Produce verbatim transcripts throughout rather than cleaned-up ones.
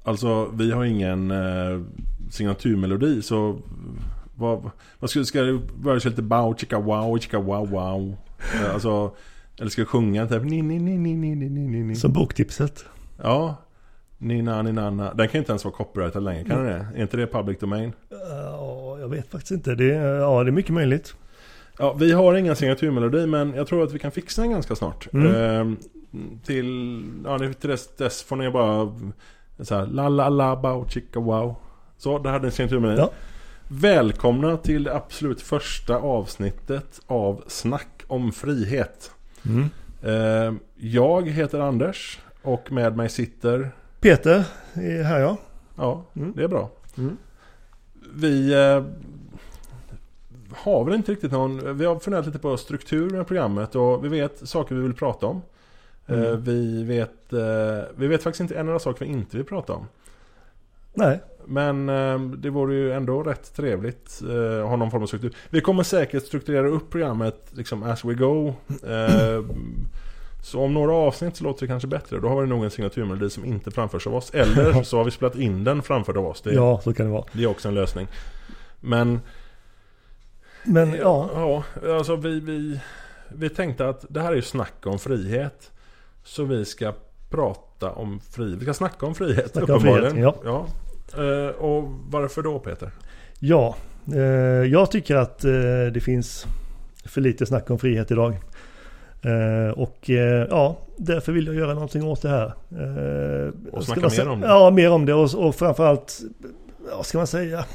Alltså, vi har ingen eh, signaturmelodi, så vad, vad ska, ska det vara lite bow, chicka wow, chicka wow, wow. Eh, alltså, eller ska jag sjunga typ ni, ni, ni, ni, ni, ni, ni, ni. Som boktipset. Ja. Nina, nina, nina. Den kan inte ens vara copyrighted längre, kan mm. det? Är inte det public domain? Ja, uh, jag vet faktiskt inte. Det är, ja, det är mycket möjligt. Ja, vi har ingen signaturmelodi, men jag tror att vi kan fixa den ganska snart. Mm. Eh, till ja, till dess, dess får ni bara så här, la la la bow chicka wow. Så, det här är en signaturmelodi. Ja. Välkomna till det absolut första avsnittet av Snack om frihet. Mm. Eh, jag heter Anders och med mig sitter Peter är här, ja. Ja, mm. det är bra. Mm. Vi eh, har väl inte riktigt någon... Vi har funderat lite på struktur med programmet och vi vet saker vi vill prata om. Mm. Eh, vi, vet, eh, vi vet faktiskt inte en av saker vi inte vill prata om. Nej. Men eh, det vore ju ändå rätt trevligt eh, att ha någon form av struktur. Vi kommer säkert strukturera upp programmet liksom as we go. Eh, Så om några avsnitt så låter det kanske bättre. Då har vi nog en signaturmelodi som inte framförs av oss. Eller så har vi spelat in den framförd av oss. Det är, ja, så kan det vara. Det är också en lösning. Men Men ja, ja alltså vi, vi, vi tänkte att det här är ju snack om frihet. Så vi ska prata om frihet. Vi ska snacka om frihet. Snacka om frihet, ja. ja. Uh, och varför då, Peter? Ja, eh, jag tycker att eh, det finns för lite snack om frihet idag. Uh, och uh, ja, därför vill jag göra någonting åt det här. Uh, och snacka mer om det? Ja, mer om det. Och, och framförallt, vad ska man säga?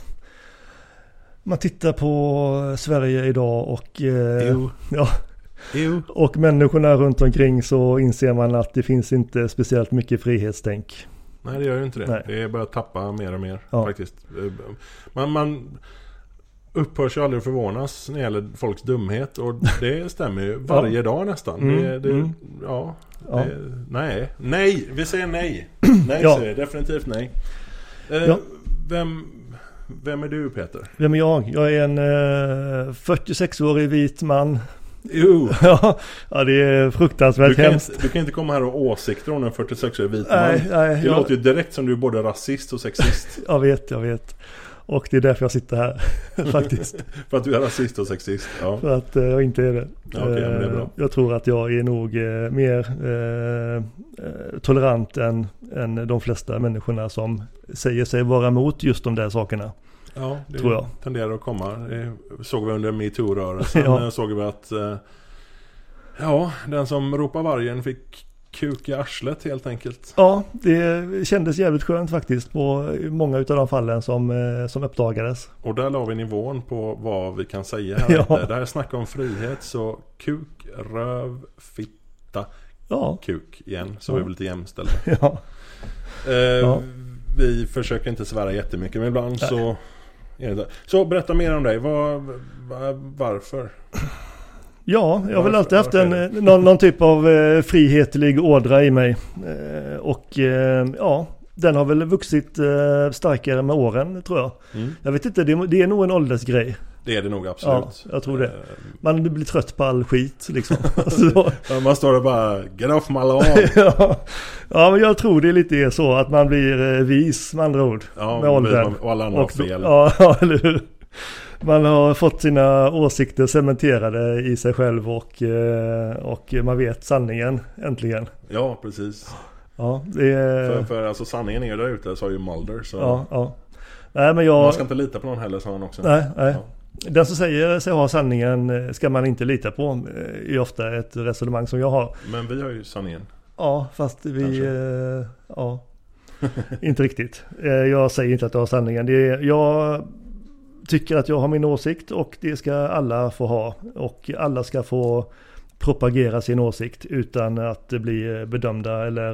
Man tittar på Sverige idag och, uh, ja, och människorna runt omkring, så inser man att det finns inte speciellt mycket frihetstänk. Nej, det gör ju inte det. Nej. Det är bara att tappa mer och mer, ja. Faktiskt. Man... man upphörs ju aldrig förvånas när det gäller folks dumhet, och det stämmer ju varje ja. dag nästan. Mm, det, det, mm. Ja, ja. Det, nej. Nej, vi säger nej. Nej, ja. säger definitivt nej. Eh, ja. Vem vem är du, Peter? Vem är jag? Jag är en eh, fyrtiosex-årig vit man. Jo. ja, ja, det är fruktansvärt du kan hemskt. Inte, du kan inte komma här och åsikter om en fyrtiosex-årig vit nej, man. Nej, det jag... låter ju direkt som du är både rasist och sexist. jag vet, jag vet. Och det är därför jag sitter här, faktiskt. För att du är rasist och sexist? Ja. För att uh, jag inte är det. Ja, okay, men det är bra. Jag tror att jag är nog uh, mer uh, tolerant än, än de flesta människorna som säger sig vara emot just de där sakerna. Ja, det tror jag. tenderar att komma. Det såg vi under MeToo-rörelsen. ja. Såg vi att uh, ja, den som ropar vargen fick kuk i arslet helt enkelt. Ja, det kändes jävligt skönt faktiskt på många av de fallen som, som uppdagades. Och där la vi nivån på vad vi kan säga här. ja. Det här snackar om frihet, så kuk, röv, fitta, ja. kuk igen. Så ja. Vi är lite jämställda. ja. Eh, ja. Vi försöker inte svära jättemycket, men ibland Nej. så är det. Så berätta mer om dig. Var, var, varför? Ja, jag har väl alltid haft en, någon, någon typ av eh, frihetlig ådra i mig. Eh, och eh, ja, den har väl vuxit eh, starkare med åren, tror jag. Mm. Jag vet inte, det, det är nog en åldersgrej. Det är det nog, absolut. Ja, jag tror det. Man blir trött på all skit, liksom. alltså, ja, man står där bara, get off my lawn. ja. ja, men jag tror det är lite så att man blir eh, vis, med andra ord. Ja, med åldern. Och alla andra och, fel. Ja, eller hur? Man har fått sina åsikter cementerade i sig själv och, och man vet sanningen äntligen. Ja, precis. Ja, det är... för, för alltså sanningen är där ute, sa ju Mulder. Så... Ja, ja. Nej, men jag... Man ska inte lita på någon heller, sa han också. Nej, nej. Ja. Den som säger sig ha sanningen ska man inte lita på, är ofta ett resonemang som jag har. Men vi har ju sanningen. Ja, fast vi... Eh, ja, inte riktigt. Jag säger inte att jag har sanningen. Det är, jag... tycker att jag har min åsikt, och det ska alla få ha, och alla ska få propagera sin åsikt utan att bli bedömda eller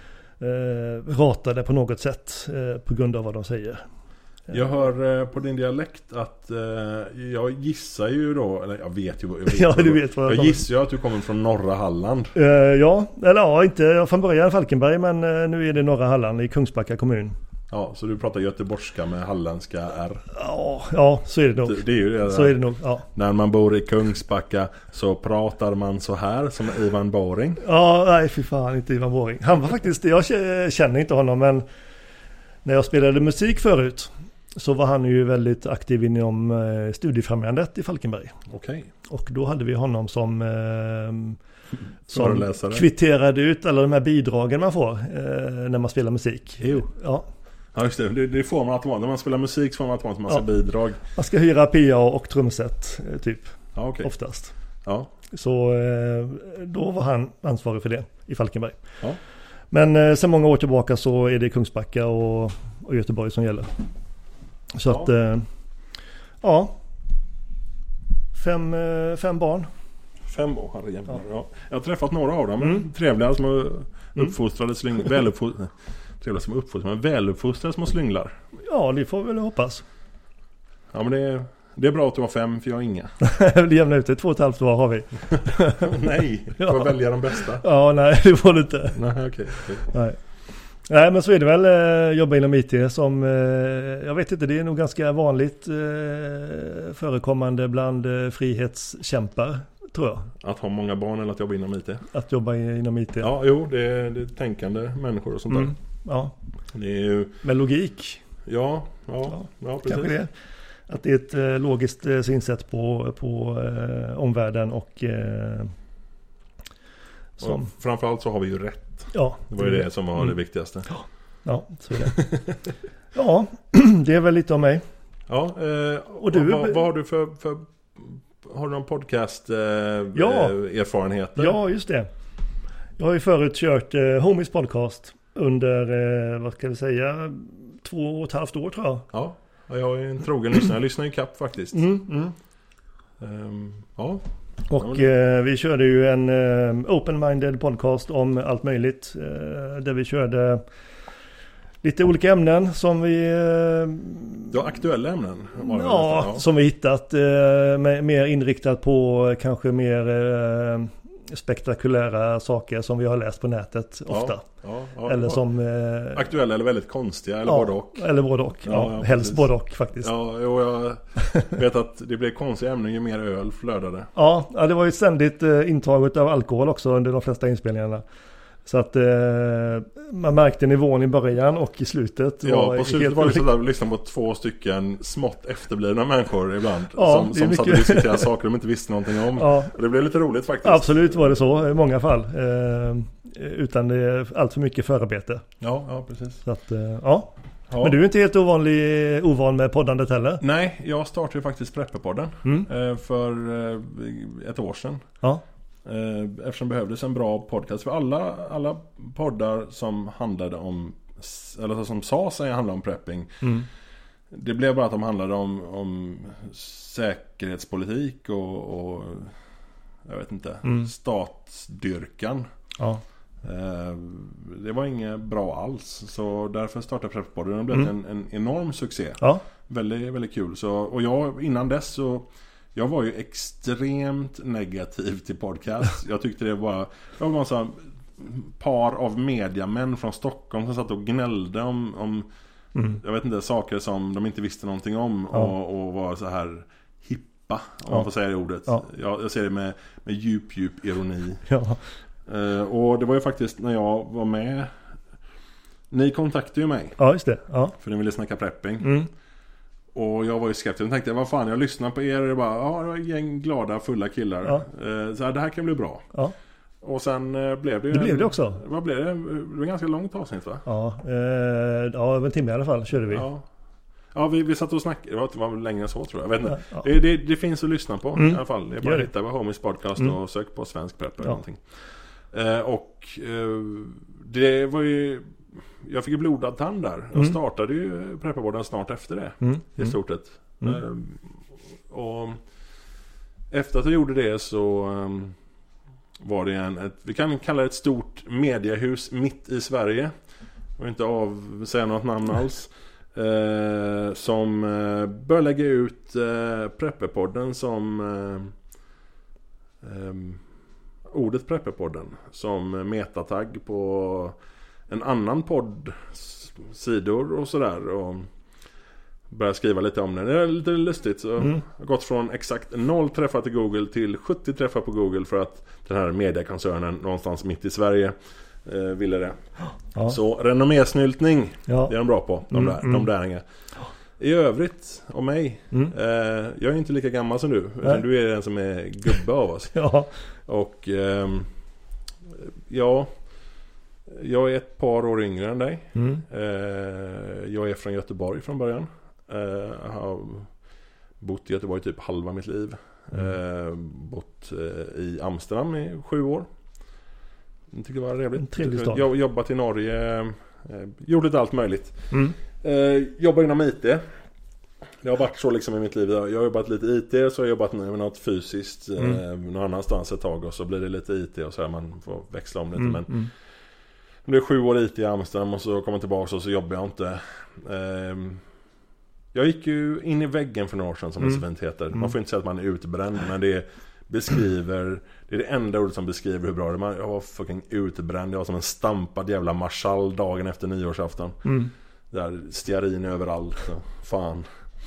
eh, ratade på något sätt eh, på grund av vad de säger. Jag hör eh, på din dialekt att eh, jag gissar ju då, eller jag vet ju, jag, vet ja, vad, du vet vad jag, jag gissar ju att du kommer från norra Halland. Eh, ja, eller ja, inte från början Falkenberg, men eh, nu är det norra Halland i Kungsbacka kommun. Ja, så du pratar göteborgska med halländska R. Ja, ja, så är det nog. Det, det är ju det. Så är det nog, ja. När man bor i Kungsbacka så pratar man så här som Ivan Boring. Ja, nej fy fan, inte Ivan Boring. Han var faktiskt, jag känner inte honom, men När jag spelade musik förut så var han ju väldigt aktiv inom eh, studiefrämjandet i Falkenberg. Okej. Och då hade vi honom som, eh, som Föreläsare. kvitterade ut alla de här bidragen man får eh, när man spelar musik. Jo. Ja. Ja, just det. Det, det får man automatiskt. När man spelar musik så får man automatiskt en massa Ja. bidrag. Man ska hyra P A och trumset eh, typ, Ja, okej. oftast. Ja. Så eh, då var han ansvarig för det i Falkenberg. Ja. Men eh, sen många år tillbaka så är det Kungsbacka och, och Göteborg som gäller. Så Ja. att, eh, ja. Fem, eh, fem barn. Fem år, herrejävlar. Ja. Ja. Jag har träffat några av dem. Mm. Trevliga som är uppfostrade slyng... Väluppfostrade... Trevliga som är uppfostrade, men väluppfostrade små slynglar. Ja, det får vi väl hoppas. Ja, men det är, det är bra att du har fem, för jag har inga. Det jämnar ut det. Två och ett halvt år har vi. Nej, Ja. får jag välja de bästa? Ja, nej, det får du inte. Nej, okej. Okay. Nej. Nej, men så är det väl eh, jobba inom I T som, eh, jag vet inte, det är nog ganska vanligt eh, förekommande bland eh, frihetskämpar, tror jag. Att ha många barn eller att jobba inom I T? Att jobba i, inom I T. Ja, jo, det är, det är tänkande människor och sånt där. Mm. Ja, Det är ju... med logik. Ja, ja, ja, precis. Kanske det. Att det är ett eh, logiskt eh, synsätt på, på eh, omvärlden och eh, som, Och framförallt så har vi ju rätt. ja. Det var ju det som var Mm. det viktigaste. Ja, så är det. Ja, det är väl lite om mig. Ja, eh, Och du- vad, vad har du för, för har du någon podcast eh, Ja. eh, erfarenheter? Ja, just det. Jag har ju förut kört eh, Homies podcast under, eh, vad ska vi säga, två och ett halvt år tror jag. Ja, ja, jag är en trogen lyssnare. Jag lyssnar i kapp faktiskt. Mm, mm. Ehm, ja, Och eh, vi körde ju en eh, open-minded podcast om allt möjligt. Eh, där vi körde lite olika ämnen som vi... Eh, ja, aktuella ämnen. var det ja, nästan, som vi hittat. Eh, med, mer inriktat på eh, kanske mer eh, spektakulära saker som vi har läst på nätet ofta. Ja, ja, Eller ja. som... Eh, Aktuella eller väldigt konstiga, eller ja, både och. Eller både och. Ja, Ja, ja, helst precis. både och faktiskt. Ja. Ja, jo, jag vet att det blev konstiga ämnen ju mer öl flödade. Ja, det var ju ständigt eh, intaget av alkohol också under de flesta inspelningarna. Så att eh, man märkte nivån i början och i slutet. Ja, på slutet helt var det olika. sådär att lyssna på två stycken smått efterblivna människor ibland. Ja, som det är som satt och mycket- diskuterade saker de inte visste någonting om. Ja, Och det blev lite roligt faktiskt. absolut var det så i många fall. Eh, utan det är allt för mycket förarbete. Ja, ja, precis. Så att, eh, ja. Ja. Men du är inte helt ovanlig, ovan med poddandet heller? Nej, jag startade ju faktiskt Prepperpodden Mm. eh, för eh, ett år sedan. Ja. Eh, Eftersom det behövdes en bra podcast. För alla, alla poddar som handlade om, eller som sa sig handla om prepping, Mm. det blev bara att de handlade om, om säkerhetspolitik och, och jag vet inte, Mm. statsdyrkan. Ja. Eh, Det var inget bra alls. Så därför startade Prepperpodden. Det blev Mm. en, en enorm succé. Ja. Väldigt, väldigt kul. Så, och jag, innan dess så jag var ju extremt negativ till podcast. Jag tyckte det var jag var en sån par av mediamän från Stockholm som satt och gnällde om, om Mm. jag vet inte, saker som de inte visste någonting om. Ja. och, och var så här hippa, om Ja. man får säga det ordet. Ja. Jag, jag ser det med, med djup, djup ironi. Ja. Eh, och det var ju faktiskt när jag var med. Ni kontaktade ju mig Ja, just det. Ja. för ni ville snacka prepping. Mm. Och jag var ju skeptisk. Jag tänkte, vad fan, jag lyssnar på er och det bara, ja, det var ett gäng glada, fulla killar. Ja. Eh, Så här, det här kan bli bra. Ja. Och sen eh, blev det ju Det en- blev det också. Vad blev det? Det var ett ganska långt avsnitt, va? Ja, eh, ja, över en timme i alla fall körde vi. Ja. Ja, vi, vi satt och snackade. Det var, det var väl längre än så, tror jag. Jag vet inte. Ja. Det, det, det finns att lyssna på Mm. i alla fall. Det är bara Gör att det. hitta på Homies podcast Mm. och sök på svensk prep eller Ja. någonting. Eh, och eh, det var ju... Jag fick ju blodad tand där. Jag Mm. startade ju prepparvården snart efter det. Mm. I Mm. stort sett. Mm. Ehm, och efter att jag gjorde det så ehm, var det en, ett, vi kan kalla det ett stort mediehus mitt i Sverige. Och inte av säga något namn alls. Eh, som eh, bör lägga ut eh, Prepperpodden som eh, ehm, ordet Prepperpodden som metatagg på en annan podd s- sidor och sådär, och börja skriva lite om den. Det är lite lustigt, så Mm. jag har gått från exakt noll träffar till Google till sjuttio träffar på Google för att den här mediekoncernen någonstans mitt i Sverige eh, ville det. Ja. Så renommésnyltning, Ja. det är de bra på. De, Mm, där, mm. de där inga. I övrigt, om mig. Mm. Eh, jag är inte lika gammal som du. Utan du är den som är gubbe av oss. Ja. Och ehm, ja, jag är ett par år yngre än dig. Mm. Eh, jag är från Göteborg från början. Eh, har bott i Göteborg typ halva mitt liv. Mm. Eh, bott eh, i Amsterdam i sju år. Jag tycker det var En trevligt. trevlig stad. Jag har jobbat i Norge. Eh, gjort lite allt möjligt. Mm. Eh, jobbar inom I T. Det har varit så liksom i mitt liv. Jag har jobbat lite I T, så har jag jobbat med något fysiskt eh, Mm. någon annanstans ett tag, och så blir det lite I T och så här, man får växla om lite. Mm. Men Mm. det är sju år I T i Amsterdam och så kommer jag tillbaka och så jobbar jag inte. Eh, jag gick ju in i väggen för några år sedan, som Mm. det så fint heter. Mm. Man får inte säga att man är utbränd, men det beskriver, det är det enda ordet som beskriver hur bra det är. Jag var fucking utbränd. Jag var som en stampad jävla marschall dagen efter nyårsafton. Mm. Där stearin överallt. Så, fan.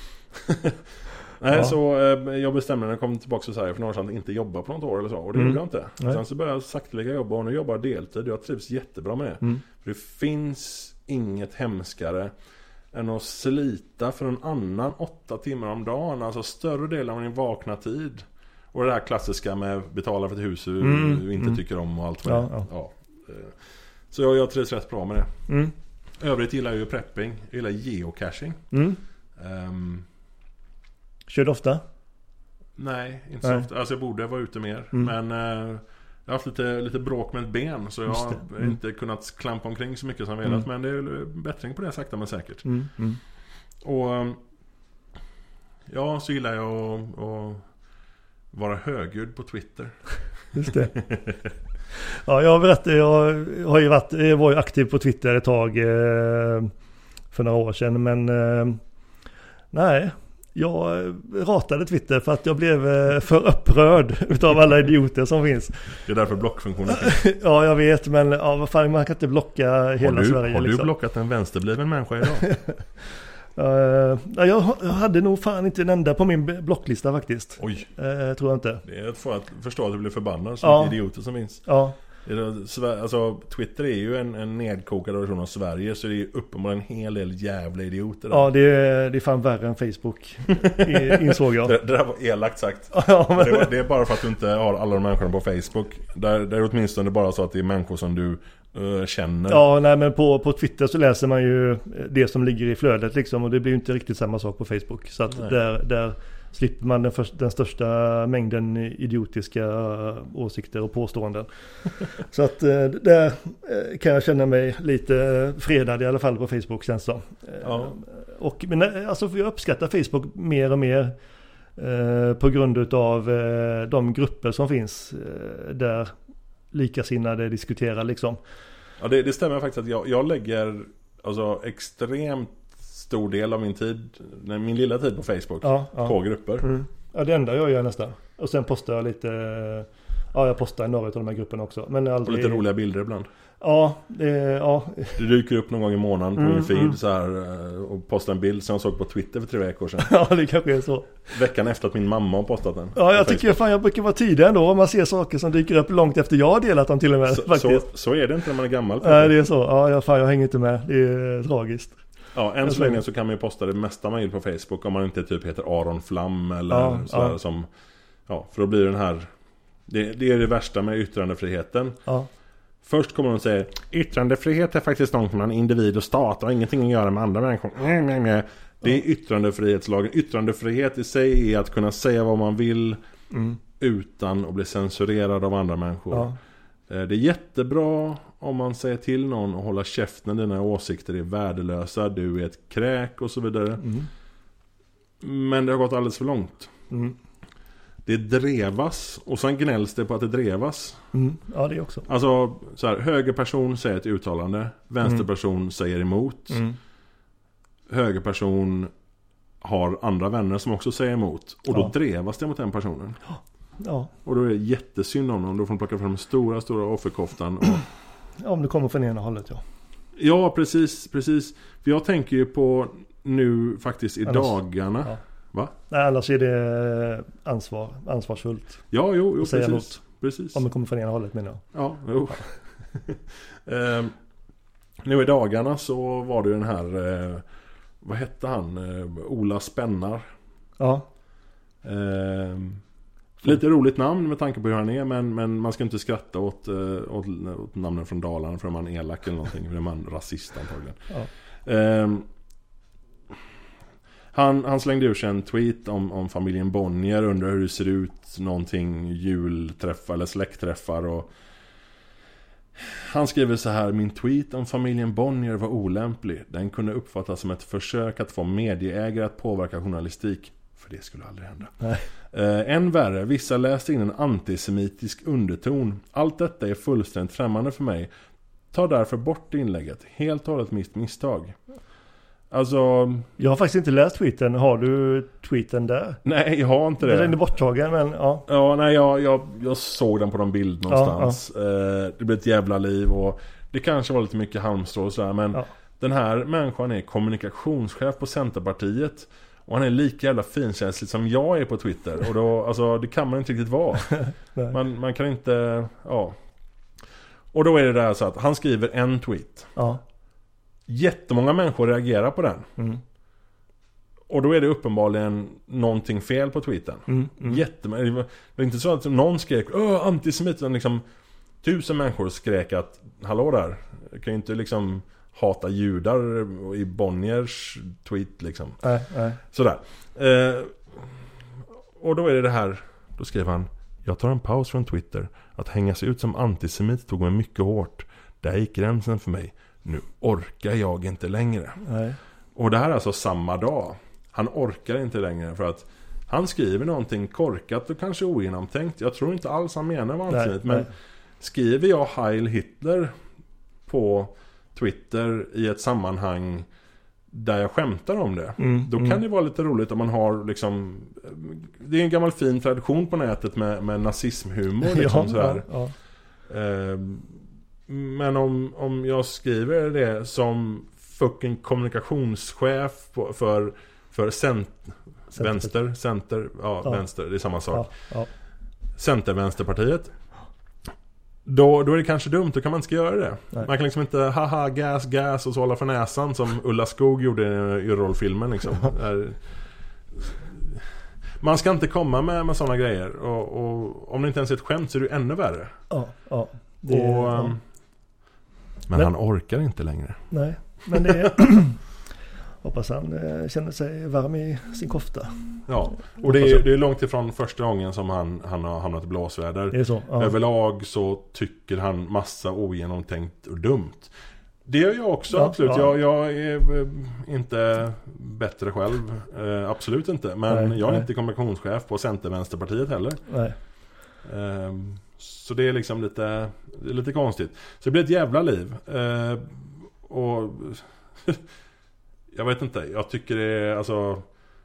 Nej, Ja. så eh, jag bestämde när jag kom tillbaka till Sverige för några år sedan att inte jobba på något år eller så. Och det Mm. gjorde jag inte. Nej. Sen så började jag sakteliga jobba, och nu jobbar jag deltid. Jag trivs jättebra med det. Mm. För det finns inget hemskare än att slita för en annan åtta timmar om dagen. Alltså större del av din vakna tid. Och det här klassiska med betala för ett hus du, Mm. du inte Mm. tycker om och allt vad Ja, det är. ja. Ja. Eh, Så jag, jag trivs rätt bra med det. Mm. Övrigt gillar jag ju prepping. Jag gillar geocaching. Mm. Um, Kör du ofta? nej, inte Nej. så ofta. Alltså jag borde vara ute mer. Mm. Men uh, jag har haft lite, lite bråk med ett ben. Så jag Just har det. Mm. inte kunnat klampa omkring så mycket som jag velat. Mm. Men det är bättring på det, sakta men säkert. Mm. Mm. Och um, ja, så gillar jag att, att vara högljudd på Twitter. Just det. Ja, jag berättade, jag har ju varit, jag var ju aktiv på Twitter ett tag eh, för några år sedan, men eh, nej, jag ratade Twitter för att jag blev eh, för upprörd utav alla idioter som finns. Det är därför blockfunktionen finns. Ja, jag vet, men ja, vad fan, man kan inte blocka hela Har du, Sverige. har du liksom. blockat en vänsterbliven människa idag? Uh, jag, jag hade nog fan inte en enda på min blocklista faktiskt. Oj, Uh, tror jag inte. det är att få att förstå att du blir förbannad. Så Ja. mycket idioter som finns. Ja, Det är då Sver- Alltså, Twitter är ju en, en nedkokad version av Sverige. Så det är ju uppenbarligen en hel del jävla idioter där. ja det, är, det är fan värre än Facebook, i- insåg jag. det, det där var elakt sagt. Ja, men, det, var, det är bara för att du inte har alla de människorna på Facebook. Där, där är det åtminstone bara så att det är människor som du uh, känner. ja, nej, men på, på Twitter så läser man ju det som ligger i flödet liksom, och det blir ju inte riktigt samma sak på Facebook. Så att Nej. där, där slipper man den, för, den största mängden idiotiska åsikter och påståenden. Så att eh, där eh, kan jag känna mig lite fredad i alla fall på Facebook, känns det som. Eh, Ja. Och, men eh, alltså, jag uppskattar Facebook mer och mer eh, på grund av eh, de grupper som finns eh, där likasinnade diskuterar liksom. Ja, det, det stämmer faktiskt att jag, jag lägger alltså extremt stor del av min tid, nej, min lilla tid på Facebook, Ja, ja. på grupper. Mm. Ja, det enda jag gör nästan. Och sen postar jag lite, ja, jag postar i några av de här grupperna också. Men Och aldrig... lite roliga bilder ibland. Ja, det, ja. Det dyker upp någon gång i månaden på Mm, min feed mm. så här, eh, och postar en bild som jag såg på Twitter för tre veckor sedan. Ja, det kanske är så. Veckan efter att min mamma har postat den. Ja, jag på tycker Facebook. fan jag brukar vara tidig ändå om man ser saker som dyker upp långt efter jag har delat dem till och med. så, så, faktiskt. så är det inte när man är gammal. Nej, det är så. Ja, jag, fan, jag hänger inte med. Det är tragiskt. Ja, än Jag så tror- länge så kan man ju posta det mesta man vill på Facebook om man inte typ heter Aron Flam eller Ja, sådär ja. som... Ja, för då blir den här... Det, det är det värsta med yttrandefriheten. Ja, Först kommer de och säger yttrandefrihet är faktiskt något mellan individ och stat och ingenting att göra med andra människor. Nej, nej, nej. Det är yttrandefrihetslagen. Yttrandefrihet i sig är att kunna säga vad man vill mm. utan att bli censurerad av andra människor. Ja. Eh, Det är jättebra om man säger till någon och hålla käften, dina åsikter är värdelösa, du är ett kräk och så vidare. Mm. Men det har gått alldeles för långt. Mm. Det drevas och sen gnälls det på att det drevas. Mm. Ja, det också. Alltså så här, högerperson säger ett uttalande, vänsterperson säger emot. Mm. Högerperson har andra vänner som också säger emot. Och då Ja. drevas det mot den personen. Ja, Och då är det jättesynd om dem. Då får de plocka fram stora, stora offerkoftan. Och... om det kommer från ena hållet, ja. ja, precis, precis. För jag tänker ju på nu faktiskt i Annars- dagarna. Ja. Va? Nej, annars är det ansvar, ansvarsfullt Ja, jo, jo att säga precis. emot. precis. Om det kommer från ena hållet, menar jag. Ja, jo. eh, nu i dagarna så var det ju den här eh, vad hette han? Eh, Ola Spennar. Ja. Eh, lite roligt namn med tanke på hur han är, men, men man ska inte skratta åt, åt, åt namnen från Dalarna för man är elak eller någonting, för är man rasist antagligen. Ja. Eh, han, han slängde ur sig en tweet om, om familjen Bonnier, undrar hur det ser ut, någonting julträffar eller släktträffar, och han skriver så här: min tweet om familjen Bonnier var olämplig. Den kunde uppfattas som ett försök att få medieägare att påverka journalistik. För det skulle aldrig hända. Nej. Eh, än värre, vissa läste in en antisemitisk underton. Allt detta är fullständigt främmande för mig. Ta därför bort inlägget. Helt och hållet mitt misstag. Alltså... Jag har faktiskt inte läst tweeten. Har du tweeten där? Nej, jag har inte det. Den är borttagen, men ja. Ja, nej, jag, jag, jag såg den på någon bild någonstans. Ja, ja. Eh, det blev ett jävla liv och det kanske var lite mycket halmstrå och sådär, men ja. Den här människan är kommunikationschef på Centerpartiet. Och han är lika jävla finkänslig som jag är på Twitter. Och då, alltså, det kan man inte riktigt vara. man, man kan inte, ja. Och då är det där så att han skriver en tweet. Ja. Jättemånga människor reagerar på den. Mm. Och då är det uppenbarligen någonting fel på tweeten. Mm. Mm. Jättemånga. Det var inte så att någon skrek Åh, antisemit, utan liksom tusen människor skrek att hallå där, jag kan ju inte liksom hata judar i Bonniers tweet liksom. Nej, nej. Sådär. Eh, och då är det det här, då skriver han: jag tar en paus från Twitter. Att hänga sig ut som antisemit tog mig mycket hårt. Där gick gränsen för mig. Nu orkar jag inte längre. Nej. Och det här är alltså samma dag. Han orkar inte längre för att han skriver någonting korkat och kanske ogenomtänkt. Jag tror inte alls han menar vad antisemit. Men nej. Skriver jag Heil Hitler på Twitter i ett sammanhang där jag skämtar om det, Mm, då mm. kan det vara lite roligt om man har liksom, det är en gammal fin tradition på nätet med, med nazismhumor liksom, ja, sådär. Ja, ja. Eh, men om, om jag skriver det som fucking kommunikationschef på, för, för cent, vänster, center, ja, Ja. vänster, det är samma sak. Ja, ja. Center-vänsterpartiet. Då, då är det kanske dumt, då kan man inte göra det. Nej. Man kan liksom inte haha, gas, gas och så hålla för näsan som Ulla Skog gjorde i rollfilmen liksom. Man ska inte komma med, med sådana grejer. Och, och om det inte ens är ett skämt så är det ännu värre. Ja, ja. Det, och, ja. Men, Men han orkar inte längre. Nej, men det hoppas han eh, känner sig varm i sin kofta. Ja, och det är, det är långt ifrån första gången som han, han har hamnat i blåsväder. Det är så, ja. Överlag så tycker han massa ogenomtänkt och dumt. Det gör jag också, Ja, absolut. ja. Jag, jag är eh, inte bättre själv. Eh, absolut inte. Men Nej, jag är nej. inte kommunikationschef på Center-Vänsterpartiet heller. Nej. Eh, så det är liksom lite, det är lite konstigt. Så det blir ett jävla liv. Eh, och jag vet inte. Jag tycker det är alltså...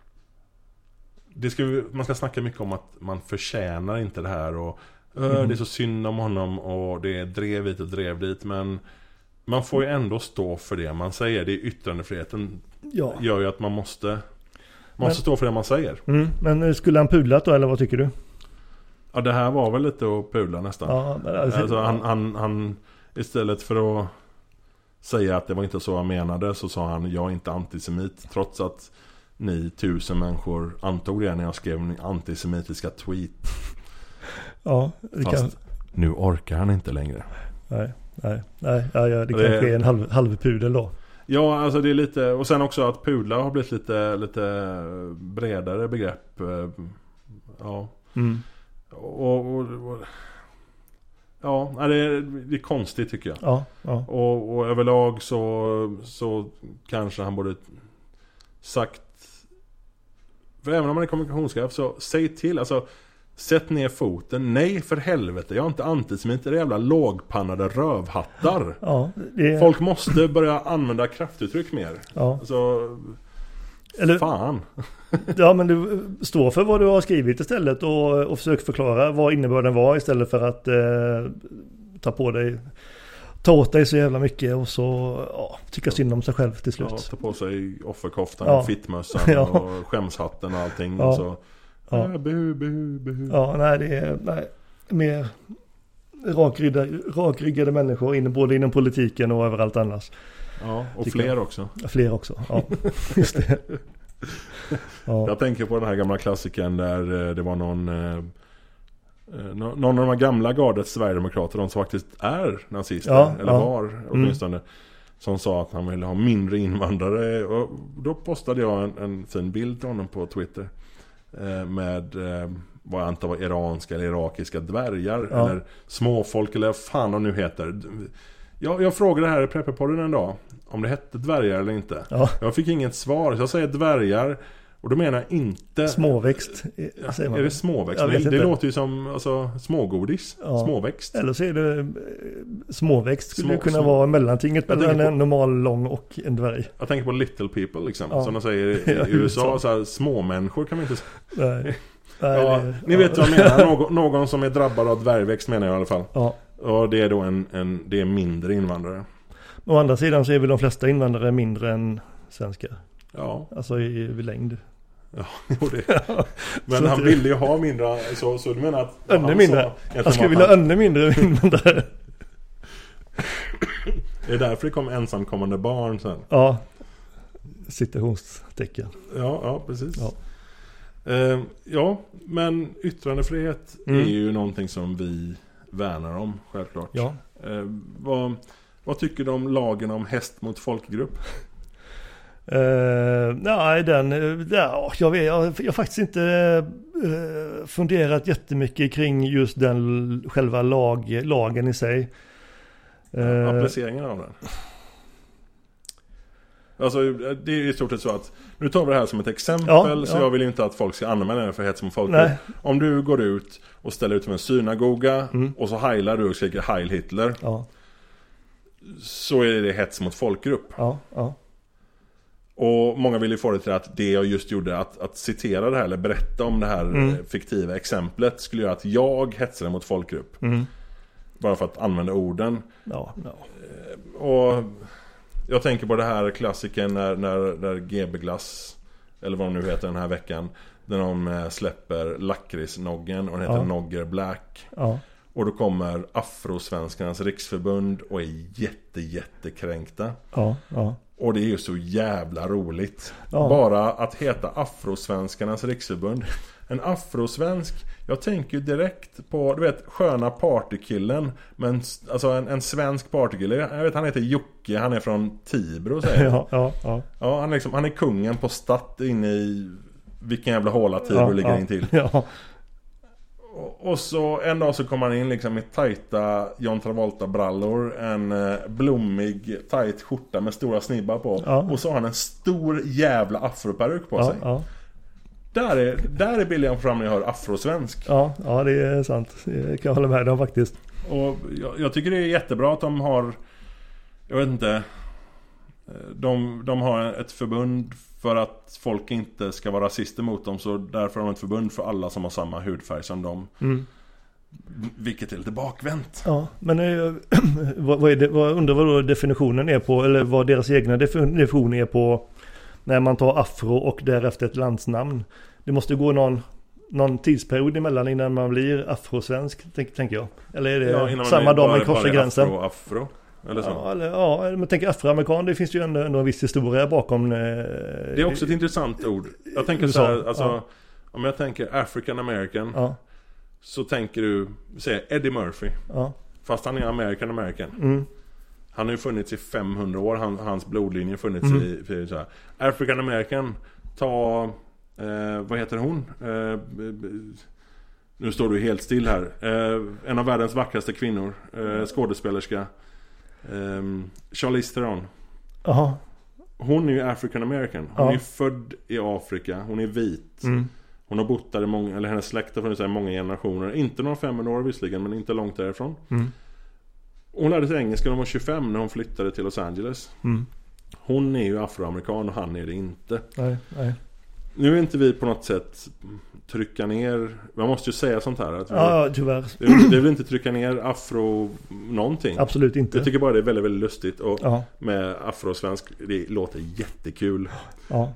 Det ska, man ska snacka mycket om att man förtjänar inte det här och mm. det är så synd om honom och det är drev hit och drev dit, men man får ju ändå stå för det man säger. Det är yttrandefriheten, Ja. gör ju att man måste man Men- måste stå för det man säger. Mm, men skulle han pudlat då, eller vad tycker du? Ja, det här var väl lite att pudla nästan. Ja, men alltså, Alltså han, han, han istället för att säga att det var inte så han menade, så sa han jag är inte antisemit, trots att ni tusen människor antog det när jag skrev en antisemitiska tweet. ja, det Fast kan... nu orkar han inte längre. Nej, nej, nej, ja, ja, det, Det- kanske är en halv, halvpudel då. Ja, alltså det är lite, och sen också att pudla har blivit lite, lite bredare begrepp. eh, Ja. Mm. Och, och, och ja, nej, det är, det är konstigt tycker jag. Ja, ja. Och, och överlag så, så kanske han borde sagt, för även om man är kommunikationschef, så säg till, alltså sätt ner foten. Nej, för helvete, jag är inte antisemit, det är jävla lågpannade rövhattar. ja det, Folk måste börja använda kraftuttryck mer. ja. Alltså, Eller, fan. ja, men du står för vad du har skrivit istället och, och försök förklara vad innebörden var istället för att eh, ta på dig, ta åt dig så jävla mycket och så ja, tycka synd om sig själv till slut. Ja, ta på sig offerkoftan, Ja. fittmössan Ja. och skämshatten och allting. Ja. Och så, Ja. ja. Behu, behu, behu. Ja, nej, det är nej, mer rakryggade, rakryggade människor in, både inom politiken och överallt annars. Ja, och fler jag. också. Ja, fler också, ja. Just det. Ja. Jag tänker på den här gamla klassikern där det var någon eh, någon av de här gamla gardets Sverigedemokrater, de som faktiskt är nazister, ja, eller ja. var åtminstone, mm. som sa att han ville ha mindre invandrare, och då postade jag en, en fin bild till honom på Twitter eh, med eh, vad jag antar var iranska eller irakiska dvärgar, ja. eller småfolk, eller vad fan de nu heter. Jag, jag frågade här i Prepperpodden en dag om det hette dvärgar eller inte. Ja. Jag fick inget svar, så jag säger dvärgar. Och då menar jag inte... Småväxt. Ja, är det småväxt? Det, det låter ju som alltså, smågodis. Ja. Småväxt. Eller så är det småväxt. Skulle Små, det kunna små. vara mellantinget mellan en på, normal lång och en dvärg. Jag tänker på little people liksom. Ja. Som de säger i, i U S A. Så här, småmänniskor kan vi inte säga. Nej. Ja, Nej, ni ja. vet vad jag menar. Någon, någon som är drabbad av dvärgväxt menar jag i alla fall. Ja. Och det är då en, en det är mindre invandrare. Å andra sidan så är väl de flesta invandrare mindre än svenskar. Ja. Alltså i, i längd. Ja, jo det. Men han ville ju ha mindre, så, så du menar att... Ännu mindre? Han skulle vilja ha ännu mindre invandrare. Det är därför det kom ensamkommande barn sen. Ja, citationstecken. Ja, ja precis. Ja. Uh, ja, men yttrandefrihet mm. är ju någonting som vi värnar om, självklart. Ja. Uh, vad, vad tycker du om lagen om häst mot folkgrupp? Uh, nej, den, ja, jag, vet, jag, jag har faktiskt inte uh, funderat jättemycket kring just den själva lag, lagen i sig. Uh, Appliceringen av den. Alltså det är i stort sett så att nu tar vi det här som ett exempel, ja, så ja. jag vill inte att folk ska använda det för hets som folk. Nej. Om du går ut och ställer ut med en synagoga mm. och så heilar du och skriker Heil Hitler, ja. så är det hets mot folkgrupp. Ja, ja. Och många vill ju få det till att det jag just gjorde, att, att citera det här eller berätta om det här mm. fiktiva exemplet, skulle göra att jag hetsade mot folkgrupp. Mm. Bara för att använda orden. Ja, ja. Och jag tänker på det här klassiken när, när, när G B-glass, eller vad de nu heter den här veckan, när de släpper lakritsnoggen och den heter ja. Nogger Black. Ja. Och då kommer Afrosvenskarnas riksförbund och är jätte, jättekränkta. Ja, ja. Och det är ju så jävla roligt. Ja. Bara att heta Afrosvenskarnas riksförbund. En afrosvensk, jag tänker ju direkt på, du vet, sköna partykillen. Men alltså en, en svensk partykille. Jag vet, han heter Jocke, han är från Tibro, säger jag. Ja, ja, ja. Ja, han är, liksom, han är kungen på Stadt inne i vilken jävla håla Tibro ja, ligger ja, in till. Ja. Och, och så en dag så kommer han in liksom i tajta John Travolta-brallor, en eh, blommig, tajt skjorta med stora snibbar på. Ja. Och så har han en stor jävla afroperuk på ja, sig. Ja. Där är, där är bilden fram när jag hör afrosvensk. Ja, ja, det är sant. Jag kan hålla med dem faktiskt. Och jag, jag tycker det är jättebra att de har, jag vet inte, de, de har ett förbund för att folk inte ska vara rasister mot dem. Så därför har de ett förbund för alla som har samma hudfärg som dem. Mm. Vilket är lite bakvänt. Ja, men äh, vad, vad är det, vad, undrar vad då definitionen är på, eller vad deras egna definition är på när man tar afro och därefter ett landsnamn. Det måste gå någon, någon tidsperiod emellan innan man blir afrosvensk, tänk, tänker jag. Eller är det ja, samma dag man korsar gränsen? Afro, afro, eller så. Ja, eller, ja, man tänker afroamerikan, det finns ju ändå, ändå en viss historia bakom. Eh, det är också ett intressant ord. Jag tänker så här, alltså, ja. Om jag tänker African American, ja. Så tänker du, säg Eddie Murphy. Ja. Fast han är American American. Mm. Han har ju funnits i femhundra år. Han, hans blodlinje har funnits mm. i, i så här. African American. Ta, eh, vad heter hon? Eh, nu står du helt still här. Eh, en av världens vackraste kvinnor. Eh, skådespelerska. Eh, Charlize Theron. Aha. Hon är ju African American. Hon ja. är född i Afrika. Hon är vit. Mm. Hon har bott där i många, eller hennes släkt har funnits där i många generationer. Inte några femhundra år visserligen, men inte långt därifrån. Mm. Hon lärde sig engelska när hon var tjugofem när hon flyttade till Los Angeles. Mm. Hon är ju afroamerikan och han är det inte. Nej, nej. Nu är inte vi på något sätt trycka ner, man måste ju säga sånt här att vi, ja, tyvärr. Vi vill inte trycka ner afro någonting. Absolut inte. Jag tycker bara det är väldigt, väldigt lustigt och ja. med afrosvensk, det låter jättekul. Ja.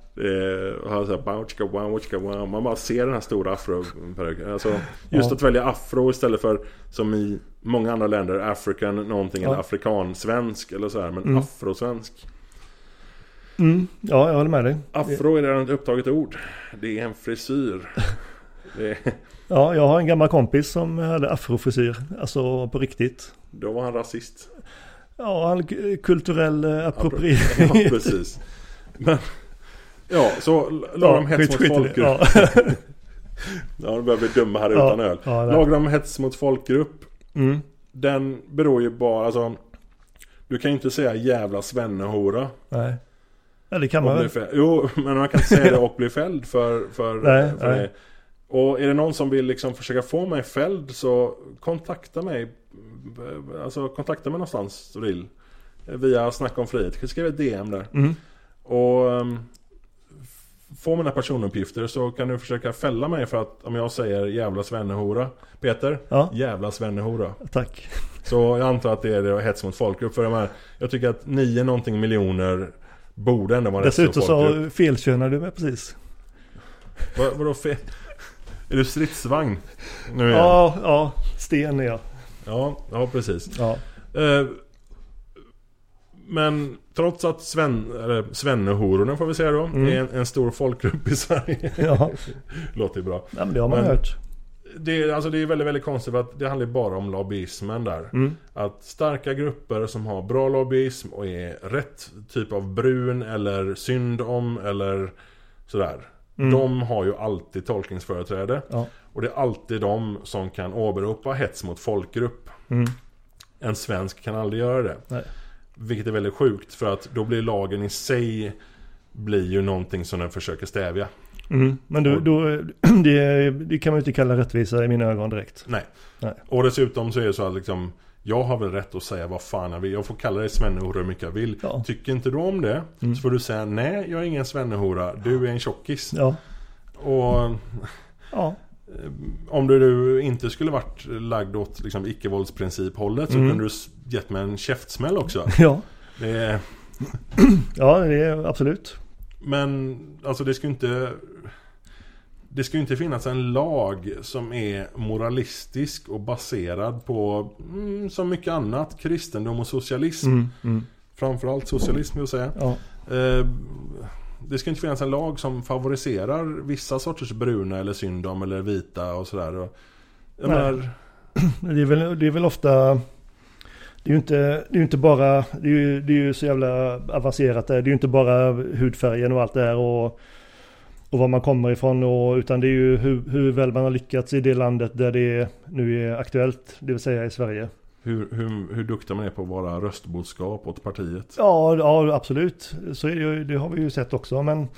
Man bara ser den här stora afro, alltså, just ja. att välja afro istället för som i många andra länder African någonting ja. eller afrikansvensk eller så här, men mm. afrosvensk. Mm. Ja, jag håller med dig. Afro är redan ett upptaget ord. Det är en frisyr. Det är... Ja, jag har en gammal kompis som hade afrofrisyr, alltså på riktigt. Då var han rasist. Ja, han kulturell appropriering. Ja, precis. Men ja, så lag om ja, hets mot folkgrupp. Ja. Ja, då börjar vi döma här ja, utan öl. Ja, lag om hets mot folkgrupp. Mm. Den beror ju bara, alltså, du kan ju inte säga jävla svennehora. Nej. Ja, det kan man väl. Jo, men man kan inte säga det och bli fälld för, för, nej, för nej. det. Och är det någon som vill liksom försöka få mig fälld, så kontakta mig. Alltså kontakta mig någonstans så vill. Via Snacka om frihet. Skriv ett D M där. Mm. Och um, få mina personuppgifter, så kan du försöka fälla mig för att om jag säger jävla svennehora. Peter, ja. jävla svennehora. Tack. Så jag antar att det är det hets mot folkgrupp. För de här, jag tycker att nio någonting miljoner borde ändå vara hets mot folkgrupp. Dessutom så felkönar du med precis. Vad, vadå fel? Är du stridsvagn? Nu ja, ja, sten är jag. Ja, ja precis. Ja. Uh, men trots att Sven, eller svennehororna får vi säga då, mm. är en, en stor folkgrupp i Sverige. Ja. Låter bra. Ja, men det har man men hört. Det, alltså det är väldigt, väldigt konstigt för att det handlar bara om lobbyismen där. Mm. Att starka grupper som har bra lobbyism och är rätt typ av brun eller synd om eller sådär. Mm. De har ju alltid tolkningsföreträde. Ja. Och det är alltid de som kan åberopa hets mot folkgrupp. Mm. En svensk kan aldrig göra det. Nej. Vilket är väldigt sjukt, för att då blir lagen i sig blir ju någonting som den försöker stävja. Mm. Men då, då, det, det kan man ju inte kalla rättvisa i mina ögon direkt. Nej. Nej. Och dessutom så är det så att liksom, jag har väl rätt att säga vad fan jag vill. Jag får kalla dig svennehora hur mycket jag vill. Ja. Tycker inte du om det, mm. så får du säga nej, jag är ingen svennehora. Du är en tjockis. Ja. Och ja. om du, du inte skulle varit lagd åt liksom, icke-våldsprincip-hållet, så mm. kunde du gett mig en käftsmäll också. Ja. Det är... ja, det är absolut. Men alltså det ska inte det ska inte finnas en lag som är moralistisk och baserad på mm, så mycket annat, kristendom och socialism. Mm, mm. Framförallt socialism vill jag säga. Ja. Eh, det ska inte finnas en lag som favoriserar vissa sorters bruna eller syndom eller vita och sådär. Och, jag menar... det, är väl, det är väl ofta... Det är ju inte, det är ju inte bara... Det är ju, det är ju så jävla avancerat. Det är ju inte bara hudfärgen och allt det här och, och var man kommer ifrån. Och, utan det är ju hur, hur väl man har lyckats i det landet där det nu är aktuellt. Det vill säga i Sverige. Hur, hur, hur duktig man är på att vara röstbodskap åt partiet? Ja, ja absolut. Så är det, ju, det har vi ju sett också. Men,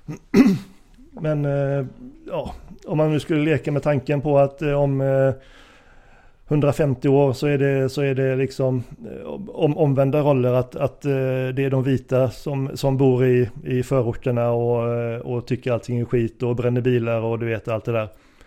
men ja, om man nu skulle leka med tanken på att om hundrafemtio år så är det, så är det liksom om, omvända roller. Att, att det är de vita som, som bor i, i förorterna och, och tycker allting är skit och bränner bilar och du vet allt det där.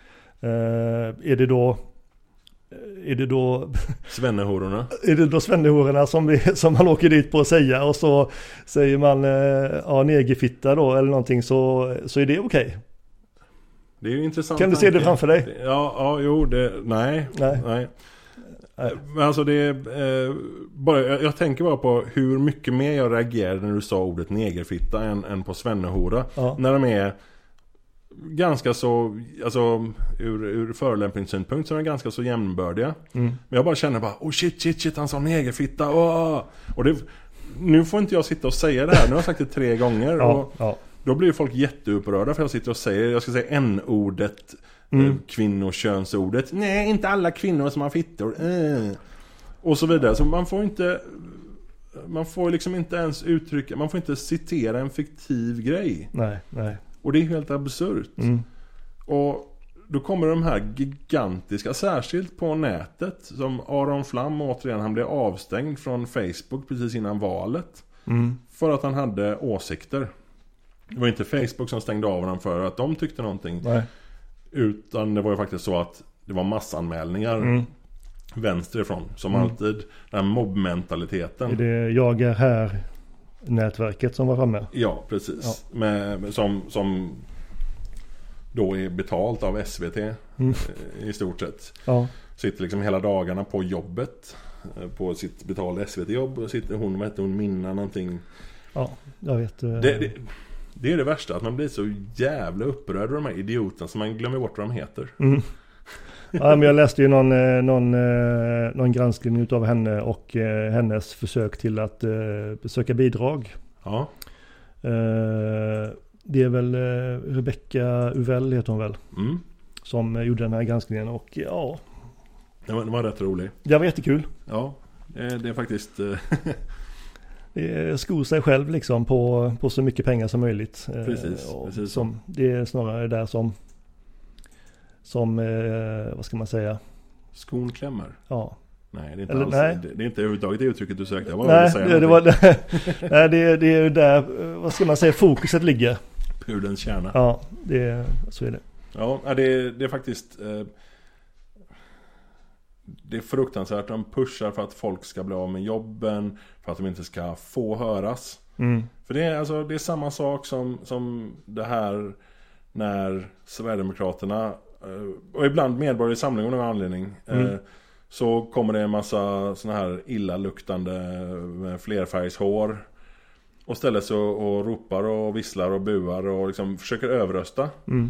Är det då... Är det då svennehororna? Är det då svennehororna som, vi, som man åker dit på att säga och så säger man ja, negerfitta då eller någonting, så, så är det okej. Okay. Det är ju intressant. Kan du se det framför dig? Ja, ja jo, det, nej, nej. nej. Men alltså det är eh, bara, jag, jag tänker bara på hur mycket mer jag reagerade när du sa ordet negerfitta än, än på svennehora. Ja. När de är ganska så, alltså ur, ur förolämpningssynpunkt så är de ganska så jämnbördiga. Mm. Men jag bara känner bara, oh shit, shit, shit, han sa negerfitta, åh! Och det, nu får inte jag sitta och säga det här, nu har jag sagt det tre gånger. Ja, och ja. Då blir folk jätteupprörda för jag sitter och säger, jag ska säga n-ordet, mm. eh, kvinnokönnsordet. Nej, inte alla kvinnor som har fittor. Eh. Och så vidare. Så man får inte, man får liksom inte ens uttrycka, man får inte citera en fiktiv grej. Nej, nej. Och det är helt absurt. Mm. Och då kommer de här gigantiska, särskilt på nätet, som Aron Flam återigen, han blev avstängd från Facebook precis innan valet. Mm. För att han hade åsikter. Det var inte Facebook som stängde av dem för att de tyckte någonting. Nej. Utan det var ju faktiskt så att det var massanmälningar Mm. vänsterifrån. Som Mm. alltid, den här mobbmentaliteten. Är det jag är här nätverket som var framme? Ja, precis. Ja. Med, som, som då är betalt av S V T Mm. i stort sett. Ja. Sitter liksom hela dagarna på jobbet. På sitt betalda S V T-jobb. Och sitter hon, vad heter hon, Minna någonting. Ja, jag vet. Det, det, det är det värsta, att man blir så jävla upprörd av de här idioterna så man glömmer bort vad de heter. Mm. Ja, men jag läste ju någon, någon, någon granskning av henne och hennes försök till att besöka bidrag. Ja. Det är väl Rebecca Uvell heter hon väl. Mm. Som gjorde den här granskningen och ja. Det var, det var rätt rolig. Det var jättekul. Ja, det, det är faktiskt... det skor sig själv liksom på, på så mycket pengar som möjligt. Precis, precis. Som, det är snarare där som som, eh, vad ska man säga? Skon klämmer? Ja. Nej, det är inte Eller, alls. nej. Det, det är inte överhuvudtaget det uttrycket du sökte. Jag var nej, säga det, det var nej, det, det är där, vad ska man säga, fokuset ligger. Pudelns kärna. Ja, det, så är det. Ja, det, det är faktiskt... Eh, det är fruktansvärt. De pushar för att folk ska bli av med jobben. För att de inte ska få höras. Mm. För det är, alltså, det är samma sak som, som det här när Sverigedemokraterna och ibland medborgare i samling av någon anledning mm. så kommer det en massa såna här illaluktande med flerfärgshår och ställer sig och, och ropar och visslar och buar och liksom försöker överrösta. Mm.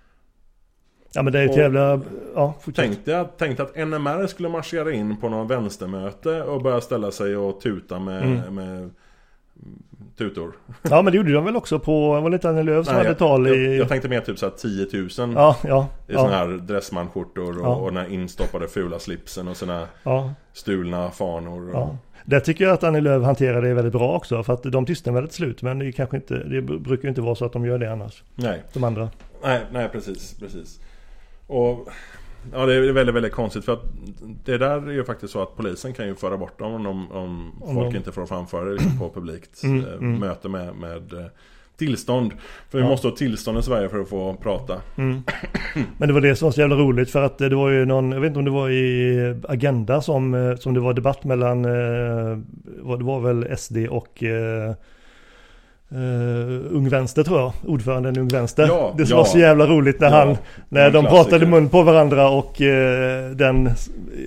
Ja, men det är ett jävla... Ja, tänkte, tänkte att N M R skulle marschera in på någon vänstermöte och börja ställa sig och tuta med, mm. med tutor. Ja, men det gjorde de väl också på, var det inte Annie Lööf som Nej, hade tal i... Jag, jag tänkte mer typ så här tio tusen ja, ja, i ja. såna här dressmanskjortor och, ja. och den här instoppade fula slipsen och såna ja. stulna fanor. Och... Ja. Där tycker jag att Annie Lööf hanterar det väldigt bra också, för att de tystnar väl ett slut, men det är kanske inte, det brukar ju inte vara så att de gör det annars. Nej. De andra. Nej, nej precis, precis. Och ja, det är väldigt, väldigt konstigt för att det där är ju faktiskt så att polisen kan ju föra bort dem om, de, om, om folk de... inte får framföra det liksom på publikt mm, äh, mm. möte med, med äh, tillstånd. För vi ja. måste ha tillstånd i Sverige för att få prata. Mm. Men det var det som var så jävla roligt, för att det var ju någon, jag vet inte om det var i Agenda som, som det var debatt mellan, äh, det var väl S D och äh, Uh, Ung Vänster tror jag, ordföranden Ung Vänster. Ja, det som ja. var så jävla roligt när, ja, han, när de klassiker. pratade mun på varandra och uh, den uh,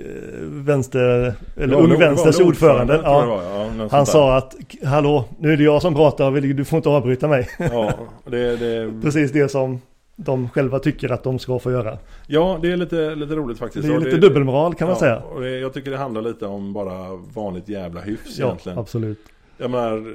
vänster, eller ja, Ung Vänsters ordförande, ja, ja, han sa att hallå, nu är det jag som pratar, du får inte avbryta mig. Ja, det, det... Precis det som de själva tycker att de ska få göra. Ja, det är lite, lite roligt faktiskt. Det är och lite det, dubbelmoral kan man ja, säga. Och det, jag tycker det handlar lite om bara vanligt jävla hyfs ja, egentligen. Absolut. Jag menar,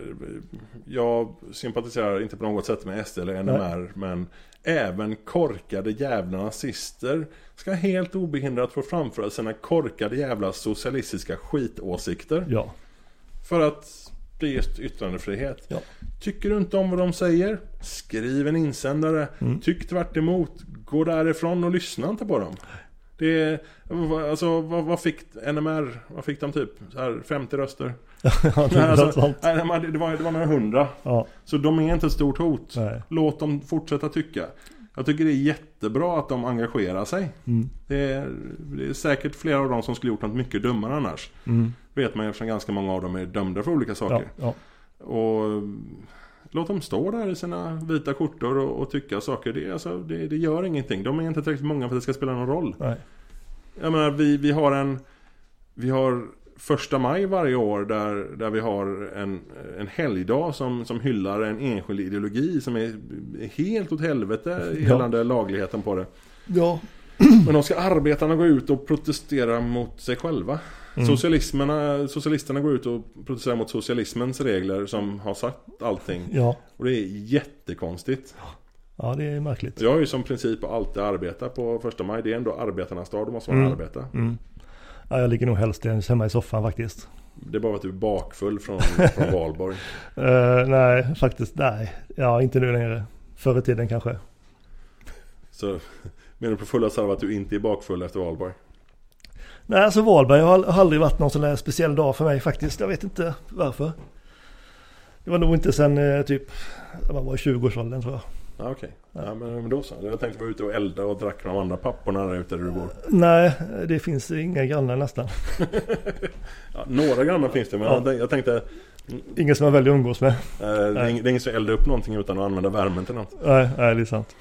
jag sympatiserar inte på något sätt med S D eller N M R, nej. Men även korkade jävla nazister ska helt obehindrat få framföra sina korkade jävla socialistiska skitåsikter. Ja. För att det är just yttrandefrihet. Ja. Tycker du inte om vad de säger? Skriv en insändare. Mm. Tyck tvärt emot. Gå därifrån och lyssna inte på dem. Det är, alltså, vad, vad fick N M R? Vad fick de typ? Så här, femtio röster? Ja, det, nej, alltså, nej, det, var, det var några hundra. Ja. Så de är inte ett stort hot. Nej. Låt dem fortsätta tycka. Jag tycker det är jättebra att de engagerar sig. Mm. Det, är, det är säkert flera av dem som skulle gjort något mycket dummare annars. Mm. Vet man ju, eftersom ganska många av dem är dömda för olika saker. Ja, ja. Och låt dem stå där i sina vita skjortor och, och tycka saker. Det, alltså, det, det gör ingenting. De är inte tillräckligt många för att det ska spela någon roll. Nej. Jag menar, vi, vi har en vi har första maj varje år där, där vi har en, en helgdag som, som hyllar en enskild ideologi som är helt åt helvete i gällande ja. lagligheten på det. Ja. Men då ska arbetarna gå ut och protestera mot sig själva. Mm. Socialismerna, socialisterna går ut och protesterar mot socialismens regler som har sagt allting. Ja. Och det är jättekonstigt. Ja, det är märkligt. Jag har ju som princip alltid arbeta på första maj. Det är ändå arbetarnas dag, då måste man mm. arbeta. Mm. Ja, jag ligger nog helst hemma i soffan faktiskt. Det är bara att du är bakfull från, från Valborg. uh, nej, faktiskt nej. Ja, inte nu längre. Förr i tiden kanske. Så menar du på fulla salva att du inte är bakfull efter Valborg? Nej, alltså Valborg har aldrig varit någon sån där speciell dag för mig faktiskt. Jag vet inte varför. Det var nog inte sen eh, typ, man var i tjugoårsåldern tror jag. Ja, okej. Okay. Ja, men, men då så. Jag tänkte vara ute och elda och dracka de andra papporna där ute där du bor. Nej, det finns inga grannar nästan. Ja, några grannar finns det, men ja. jag tänkte... Ingen som jag väljer att umgås med. Det är ingen som eldar upp någonting utan att använda värmen till något. Nej, nej det är sant.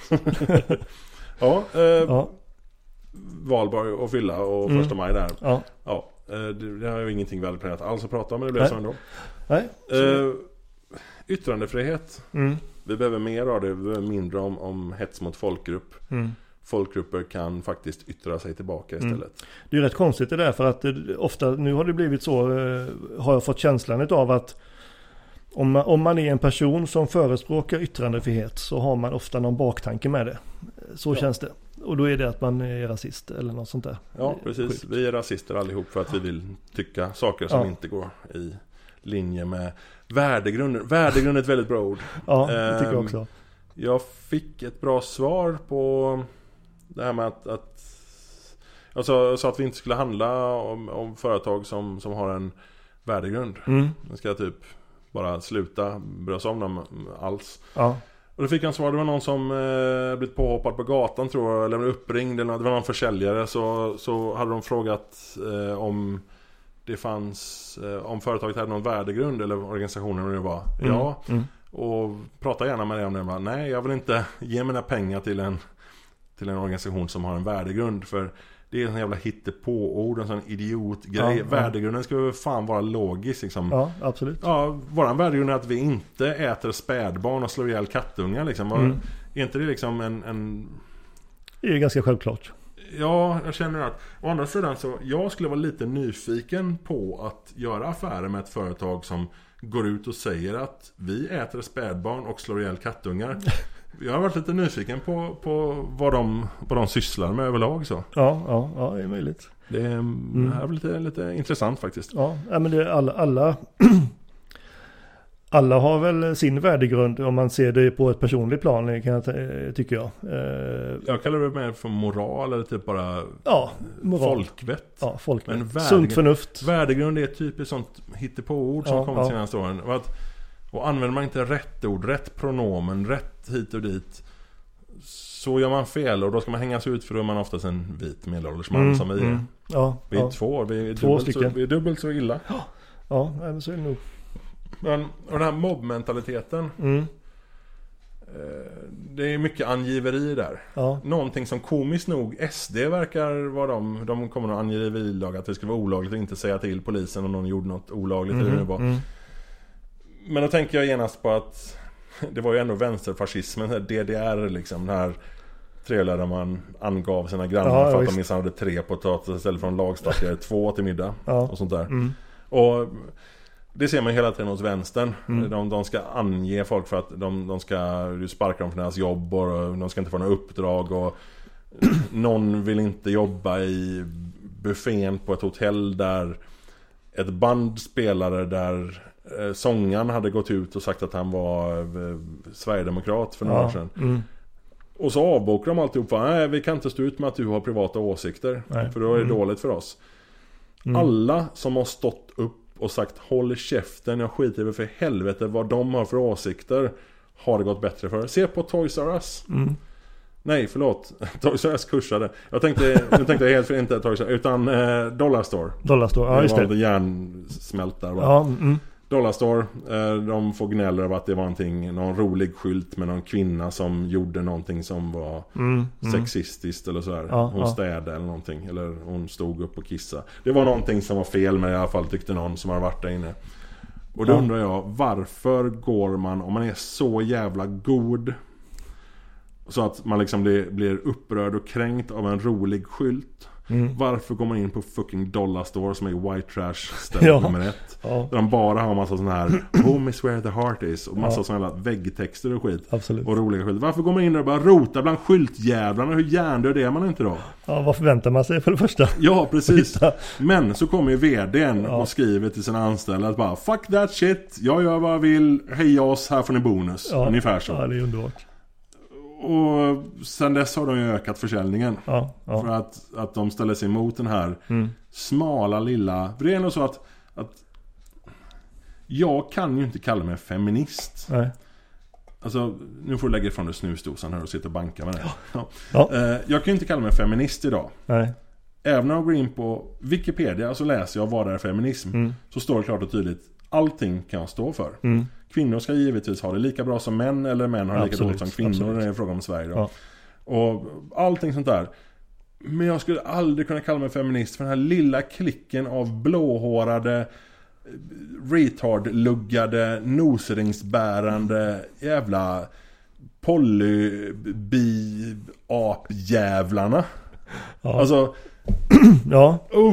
ja, eh, ja, Valborg och fylla och mm. första maj där. Ja. Ja, det, det har ju ingenting väldigt planerat alls att prata om, men det blir så ändå. Nej. Eh, yttrandefrihet. Mm. Vi behöver mer av det, vi behöver mindre om, om hets mot folkgrupp. Mm. Folkgrupper kan faktiskt yttra sig tillbaka istället. Mm. Det är rätt konstigt det där, för att det, ofta, nu har det blivit så, eh, har jag fått känslan av att om man, om man är en person som förespråkar yttrandefrihet så har man ofta någon baktanke med det. Så ja. Känns det. Och då är det att man är rasist eller något sånt där. Ja, precis. Sjukt. Vi är rasister allihop för att vi vill tycka saker som ja. inte går i linje med värdegrunden. Värdegrunden är ett väldigt bra ord. Ja, det tycker jag också. Jag fick ett bra svar på det här med att, att jag sa, jag sa att vi inte skulle handla om, om företag som, som har en värdegrund. Mm. Man ska typ bara sluta bry sig om dem alls. Ja. Och då fick jag en svar, det var någon som eh, blivit påhoppad på gatan tror jag, eller blev uppringd, eller det var någon försäljare, så, så hade de frågat eh, om det fanns, eh, om företaget hade någon värdegrund eller organisationen eller det var. Mm. Ja. Mm. Och prata gärna med dig om det. Bara, nej, jag vill inte ge mina pengar till en, till en organisation som har en värdegrund, för det är en jävla hittepå-ord, en sån idiotgrej. Ja, värdegrunden ska ju fan vara logisk liksom. Ja, absolut. Ja, våran värdegrund är att vi inte äter spädbarn och slår ihjäl kattungar liksom. Mm. Är inte det liksom en, en... Det är ganska självklart. Ja, jag känner att å andra sidan så jag skulle vara lite nyfiken på att göra affärer med ett företag som går ut och säger att vi äter spädbarn och slår ihjäl kattungar. Jag har varit lite nyfiken på, på vad, de, vad de sysslar med överlag så. Ja, ja, ja, det är möjligt. Det är, mm. är lite, lite intressant faktiskt. Ja, men det är alla, alla, alla har väl sin värdegrund om man ser det på ett personligt plan, kan jag, tycker jag. Jag kallar det mer för moral eller typ bara ja, moral. folkvett. Ja, folkvett. Men värdegrund, sunt förnuft. Värdegrund är typiskt sånt hittepå-ord som ja, kommer ja. till senaste åren. Och, att, och använder man inte rätt ord, rätt pronomen, rätt hit och dit, så gör man fel, och då ska man hängas ut, för då är man oftast en vit medelålders man mm, som vi är. Mm, ja, vi är ja. två, vi är, två dubbelt så, vi är dubbelt så illa. Ja, ja men så är det nog. Men, och den här mobbmentaliteten, mm. det är mycket angiveri där. Ja. Någonting som komiskt nog S D verkar vara de, de kommer att angiverilag att det skulle vara olagligt att inte säga till polisen om någon gjorde något olagligt mm, eller det var. Mm. Men då tänker jag genast på att det var ju ändå vänsterfascismen, D D R liksom, den här trevliga där man angav sina grannar ja, för att de minst hade tre potatis istället för en lagstadgade två till middag ja. och sånt där. Mm. Och det ser man hela tiden hos vänstern. Mm. De, de ska ange folk för att de, de ska sparka dem från deras jobb, och de ska inte få några uppdrag, och någon vill inte jobba i buffén på ett hotell där ett band spelade, där eh, sångaren hade gått ut och sagt att han var eh, Sverigedemokrat för några ja. år sedan. Mm. Och så avbokar de alltihop. Nej, vi kan inte stå ut med att du har privata åsikter. Nej. För då är det mm. dåligt för oss. Mm. Alla som har stått upp och sagt håll käften, jag skiter i för helvete vad de har för åsikter, har det gått bättre för. Se på Toys R Us. Mm. Nej, förlåt. Toys R Us kursade. Jag tänkte, jag tänkte helt för inte Toys R Us, utan eh, Dollar Store. Dollar Store, ja just det. Det var lite järnsmält där. Ja, mm. Dollar Store, eh, de får gnälla över att det var någonting, någon rolig skylt med någon kvinna som gjorde någonting som var mm, mm. sexistiskt eller så här. Ja, hon ja. städade eller någonting, eller hon stod upp och kissade. Det var någonting som var fel, men i alla fall tyckte någon som har varit där inne. Och då ja. undrar jag, varför går man, om man är så jävla god, så att man liksom blir, blir upprörd och kränkt av en rolig skylt, mm. varför går man in på fucking Dollar Store som är white trash ställe ja. nummer ett, ja. där de bara har massa sådana här home is where the heart is och massa ja. sådana här väggtexter och skit. Absolut. Och roliga skyltar. Varför går man in där och bara rota bland skyltjävlarna? Hur hjärndöd är man inte då? Ja, vad förväntar man sig för det första? Ja, precis. Men så kommer ju vdn ja. och skriver till sina anställda att bara fuck that shit, jag gör vad jag vill, heja oss, här får ni bonus. Ja. Ungefär så. Ja, det är underbart. Och sen dess har de ju ökat försäljningen. Ja, ja. För att, att de ställer sig emot den här mm. smala lilla. För det är nog så att, att Jag kan ju inte kalla mig feminist. Nej. Alltså, nu får du lägga ifrån dig snusdosan här och sitta och banka med det. Ja. Ja. Eh, jag kan ju inte kalla mig feminist idag. Nej. Även när jag går in på Wikipedia så läser jag vad det är feminism. Mm. Så står det klart och tydligt. Allting kan jag stå för. Mm. Kvinnor ska givetvis ha det lika bra som män. Eller män har det lika Absolut, dåligt som kvinnor. absolut. När det är fråga om Sverige då. Ja. Och allting sånt där. Men jag skulle aldrig kunna kalla mig feminist för den här lilla klicken av blåhårade, retard-luggade, nosringsbärande jävla polybi-apjävlarna. Ja. Alltså, Ja. uh,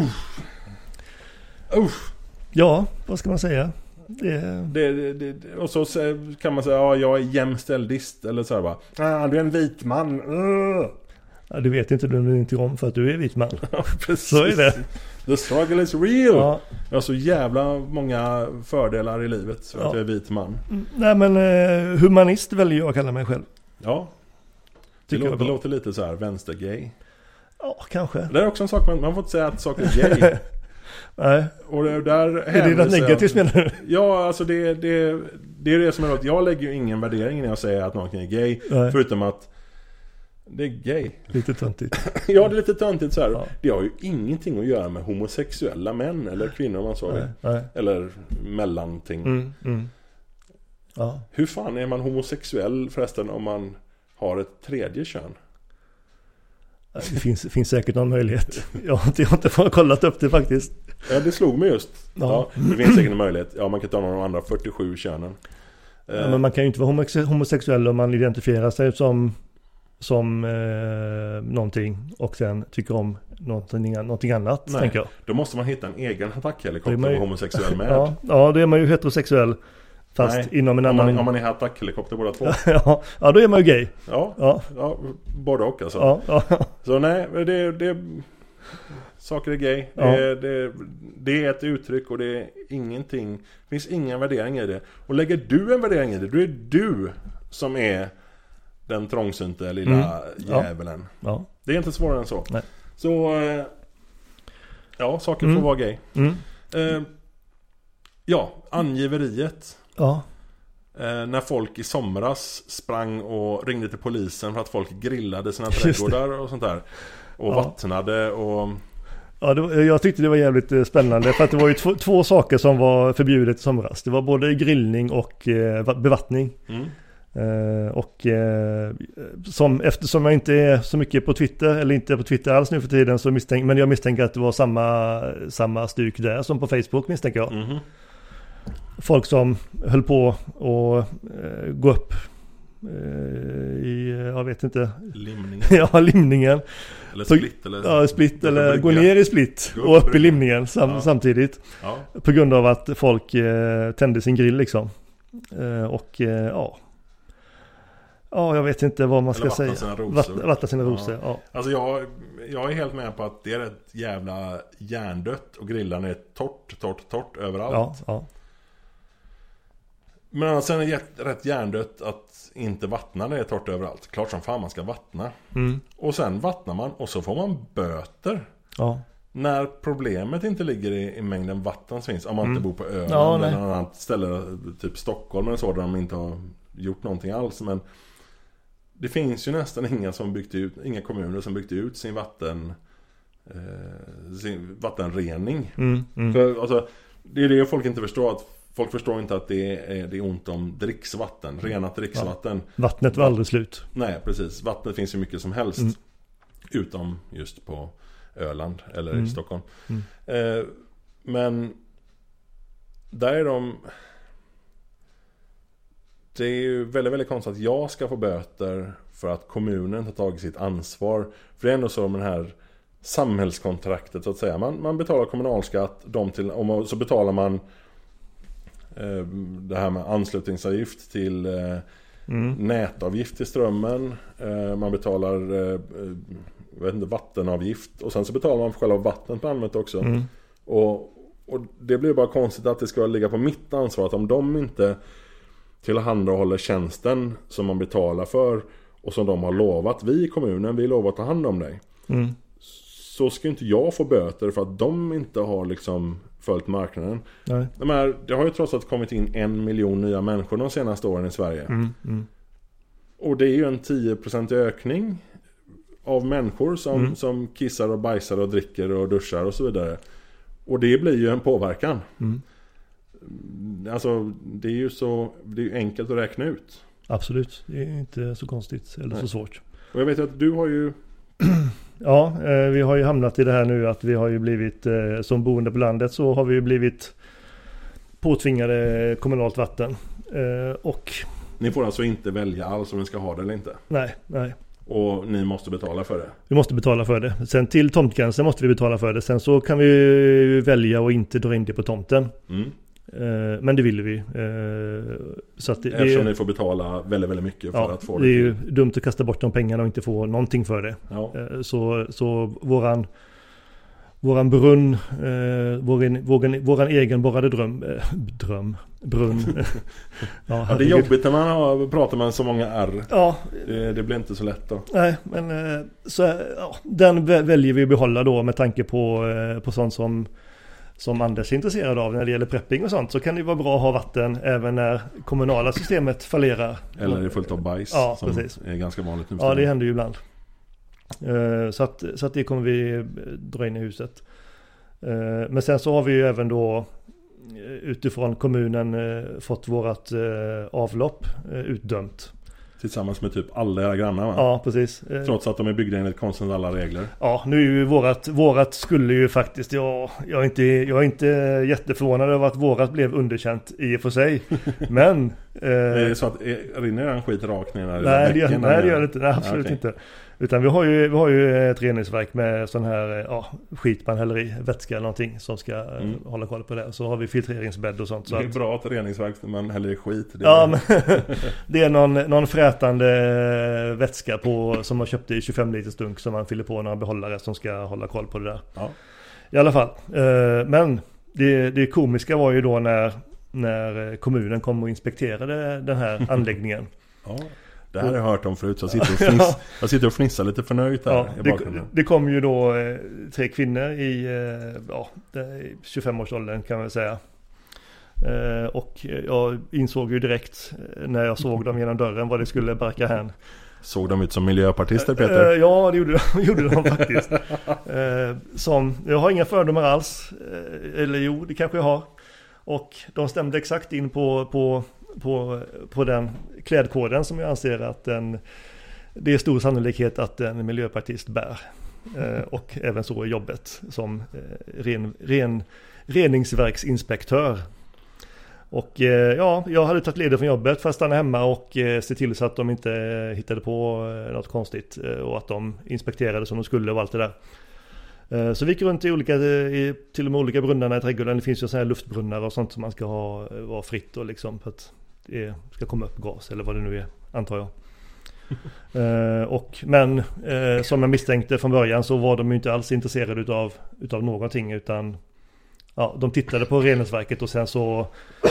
uh. Ja, vad ska man säga? Det... Det, det, det, och så kan man säga, ja, jag är jämställdist. Eller så här bara, ah, du är en vit man. Uh. Ja, du vet inte, du inte om för att du är vit man. Ja, precis. Så är det. The struggle is real. Ja. Jag har så jävla många fördelar i livet så Ja. att jag är vit man. Nej, men eh, humanist väljer jag att kalla mig själv. Ja. Det, Tycker låter, jag det bra. låter lite så här vänstergay. Ja, kanske. Det är också en sak man, man får inte säga att saker är gay. Nej. Och det, där Är det något negativt menar du? Ja, alltså det, det, det är det som är något. Jag lägger ju ingen värdering när jag säger att någonting är gay. Nej. Förutom att det är gay. Lite töntigt. Ja, det är lite töntigt så här. Ja. Det har ju ingenting att göra med homosexuella män eller kvinnor om man så vill. Nej, nej. Eller mellanting. Mm, mm. Ja. Hur fan är man homosexuell förresten om man har ett tredje kön? Det finns, finns säkert någon möjlighet. Jag har inte, jag har inte kollat upp det faktiskt. Ja, det slog mig just. Ja. Ja, det finns säkert en möjlighet. Ja, man kan ta någon av de andra fyrtiosju könen. Ja, men man kan ju inte vara homosex- homosexuell om man identifierar sig som, som eh, någonting och sen tycker om någonting, någonting annat, Nej, tänker jag. då måste man hitta en egen attackhelikopter Det är man ju- och homosexuell med. Ja, ja, då är man ju heterosexuell. Fast Nej, inom en om annan... man, om man är attackhelikopter båda två. ja, ja, då är man ju gay. Ja, Ja, ja både och alltså. ja, ja. Så nej, det, det saker är gay. Ja. Det, det, det är ett uttryck och det är ingenting. Det finns ingen värdering i det. Och lägger du en värdering i det, då är du som är den trångsynte lilla Mm. Ja. djävulen. Ja. Det är inte svårare än så. Nej. Så eh, ja, saker Mm. får vara gay. Mm. Eh, ja, angiveriet. Ja. Eh, när folk i somras sprang och ringde till polisen för att folk grillade sina Just det. trädgårdar och sånt där. Och Ja. vattnade och... Ja, det var, jag tyckte det var jävligt eh, spännande för att det var ju två, två saker som var förbjudet i somras. Det var både grillning och eh, va- bevattning. Mm. Eh, och eh, som, eftersom jag inte är så mycket på Twitter, eller inte är på Twitter alls nu för tiden, så misstänk, men jag misstänker att det var samma, samma stuk där som på Facebook, misstänker jag. Mhm. Folk som höll på att eh, gå upp eh, i, eh, jag vet inte, Limningen. ja, limningen. Eller Så- split eller... Ja, split eller gå brygga. ner i split Gå upp och upp i brygga. limningen sam- Ja. samtidigt. Ja. På grund av att folk eh, tände sin grill liksom. Eh, och eh, ja. Ja, jag vet inte vad man ska Eller vattna säga. sina rosor. Vatt, vattna sina rosor, ja. Alltså jag, jag är helt med på att det är ett jävla hjärndött och grillan är torrt, torrt, torrt överallt. Ja, ja. Men sen är det rätt hjärndött att inte vattna det är torrt överallt. Klart som fan man ska vattna. Mm, Och sen vattnar man och så får man böter. ja. När problemet inte ligger i, i mängden vatten som finns. Om man Mm. inte bor på Öland Ja, eller nej. något annat ställe, typ Stockholm eller så, där de inte har gjort någonting alls. Men det finns ju nästan inga som byggt ut, inga kommuner som byggt ut sin vatten eh, sin vattenrening. Mm, mm. För, alltså, det är det folk inte förstår, att folk förstår inte att det är, det är ont om dricksvatten, renat dricksvatten. Vattnet var aldrig slut. Nej, precis. Vattnet finns ju mycket som helst. Mm. Utom just på Öland eller Mm. i Stockholm. Mm. Eh, men där är de... Det är ju väldigt, väldigt konstigt att jag ska få böter för att kommunen tar tag i sitt ansvar. För det är ändå så med det här samhällskontraktet så att säga. Man, man betalar kommunalskatt, de till, och så betalar man eh, det här med anslutningsavgift till eh, Mm. nätavgift till strömmen. Eh, man betalar eh, jag vet inte, vattenavgift. Och sen så betalar man för själva vattnet på använt också. Mm. Och, och det blir bara konstigt att det ska ligga på mitt ansvar. Att om de inte tillhandahåller tjänsten som man betalar för och som de har lovat, vi i kommunen, vi lovar att ta hand om dig. Mm. Så ska inte jag få böter för att de inte har liksom följt marknaden. Nej. De här, det har ju trots allt kommit in en miljon nya människor de senaste åren i Sverige. Mm, mm. Och det är ju en tio procent ökning av människor som, Mm. som kissar och bajsar och dricker och duschar och så vidare. Och det blir ju en påverkan. Mm. Alltså det är ju så det är ju enkelt att räkna ut. Absolut, det är inte så konstigt eller Nej. så svårt. Och jag vet ju att du har ju Ja, eh, vi har ju hamnat i det här nu att vi har ju blivit, eh, som boende på landet så har vi ju blivit påtvingade kommunalt vatten. Eh, och ni får alltså inte välja alls om ni ska ha det eller inte. nej, nej. Och ni måste betala för det. Vi måste betala för det. Sen till tomtgränsen måste vi betala för det. Sen så kan vi ju välja att inte dra in det på tomten. Mm. Eh, men det vill vi. Eh, så att det, Eftersom det, ni får betala väldigt, väldigt mycket för ja, att få det det. är ju dumt att kasta bort de pengarna och inte få någonting för det. Ja. Eh, så, så våran Våran brunn, eh, våran, våran, våran egen borrade dröm, eh, dröm, brunn. ja, Ja, det är jobbigt när man har, pratar med så många R. Ja, Det, det blir inte så lätt då. nej, men eh, så, ja, den vä- väljer vi att behålla då med tanke på, eh, på sånt som, som Anders är intresserad av när det gäller prepping och sånt. Så kan det vara bra att ha vatten även när kommunala systemet fallerar. Eller det är fullt av bajs Ja, som precis. är ganska vanligt nu. Ja, det händer ju ibland. Eh, Så att, så att det kommer vi dra in i huset. Eh, Men sen så har vi ju även då eh, utifrån kommunen eh, fått vårat eh, avlopp eh, utdömt. Tillsammans med typ alla era grannar va? Ja, precis. Eh, Trots att de är byggda enligt konstens alla regler. Ja, nu är ju vårat, vårat skulle ju faktiskt, ja, jag, är inte, jag är inte jätteförvånad över att vårat blev underkänt i och för sig. Men... Eh, Det är så att eh, rinner den skit rakt ner i nej, det gör, bäcken, nej, det eller? gör det inte. Nej, absolut okej. inte. Utan vi har ju, vi har ju ett reningsverk med sån här ja, skit man häller i, vätska eller någonting som ska eh, Mm. hålla koll på det. Så har vi filtreringsbädd och sånt. Så Det är att, bra att reningsverk man häller i skit. Det är ja, bra. men det är någon, någon frätande vätska på, som man köpte i tjugofem liters dunk som man fyller på några behållare som ska hålla koll på det där. Ja. I alla fall. Eh, men det, det komiska var ju då när, när kommunen kom och inspekterade den här anläggningen. Ja. Det här har jag hört om förut så jag sitter och, fniss, jag sitter och fnissar lite förnöjt här Ja, i det, bakgrunden. det kom ju då eh, tre kvinnor i eh, ja, tjugofem-årsåldern kan man säga. Eh, och jag insåg ju direkt eh, när jag såg dem genom dörren vad det skulle barka hän. Såg de ut som miljöpartister, Peter? Eh, ja, det gjorde de, gjorde de faktiskt. Eh, som, jag har inga fördomar alls. Eh, eller jo, det kanske jag har. Och de stämde exakt in på, på, på, på den klädkoden som jag anser att en, det är stor sannolikhet att en miljöpartist bär. Eh, och även så i jobbet som eh, ren, ren, reningsverksinspektör. Och eh, ja, jag hade tagit ledigt från jobbet för att stanna hemma och eh, se till så att de inte eh, hittade på eh, något konstigt eh, och att de inspekterade som de skulle och allt det där. Eh, så vi gick runt i olika, i, till och med olika brunnarna i trädgården. Det finns ju så här luftbrunnar och sånt som man ska ha eh, vara fritt och liksom för att det ska komma upp gas eller vad det nu är, antar jag. eh, och, men eh, som jag misstänkte från början så var de ju inte alls intresserade utav, utav någonting utan ja, de tittade på reningsverket och sen så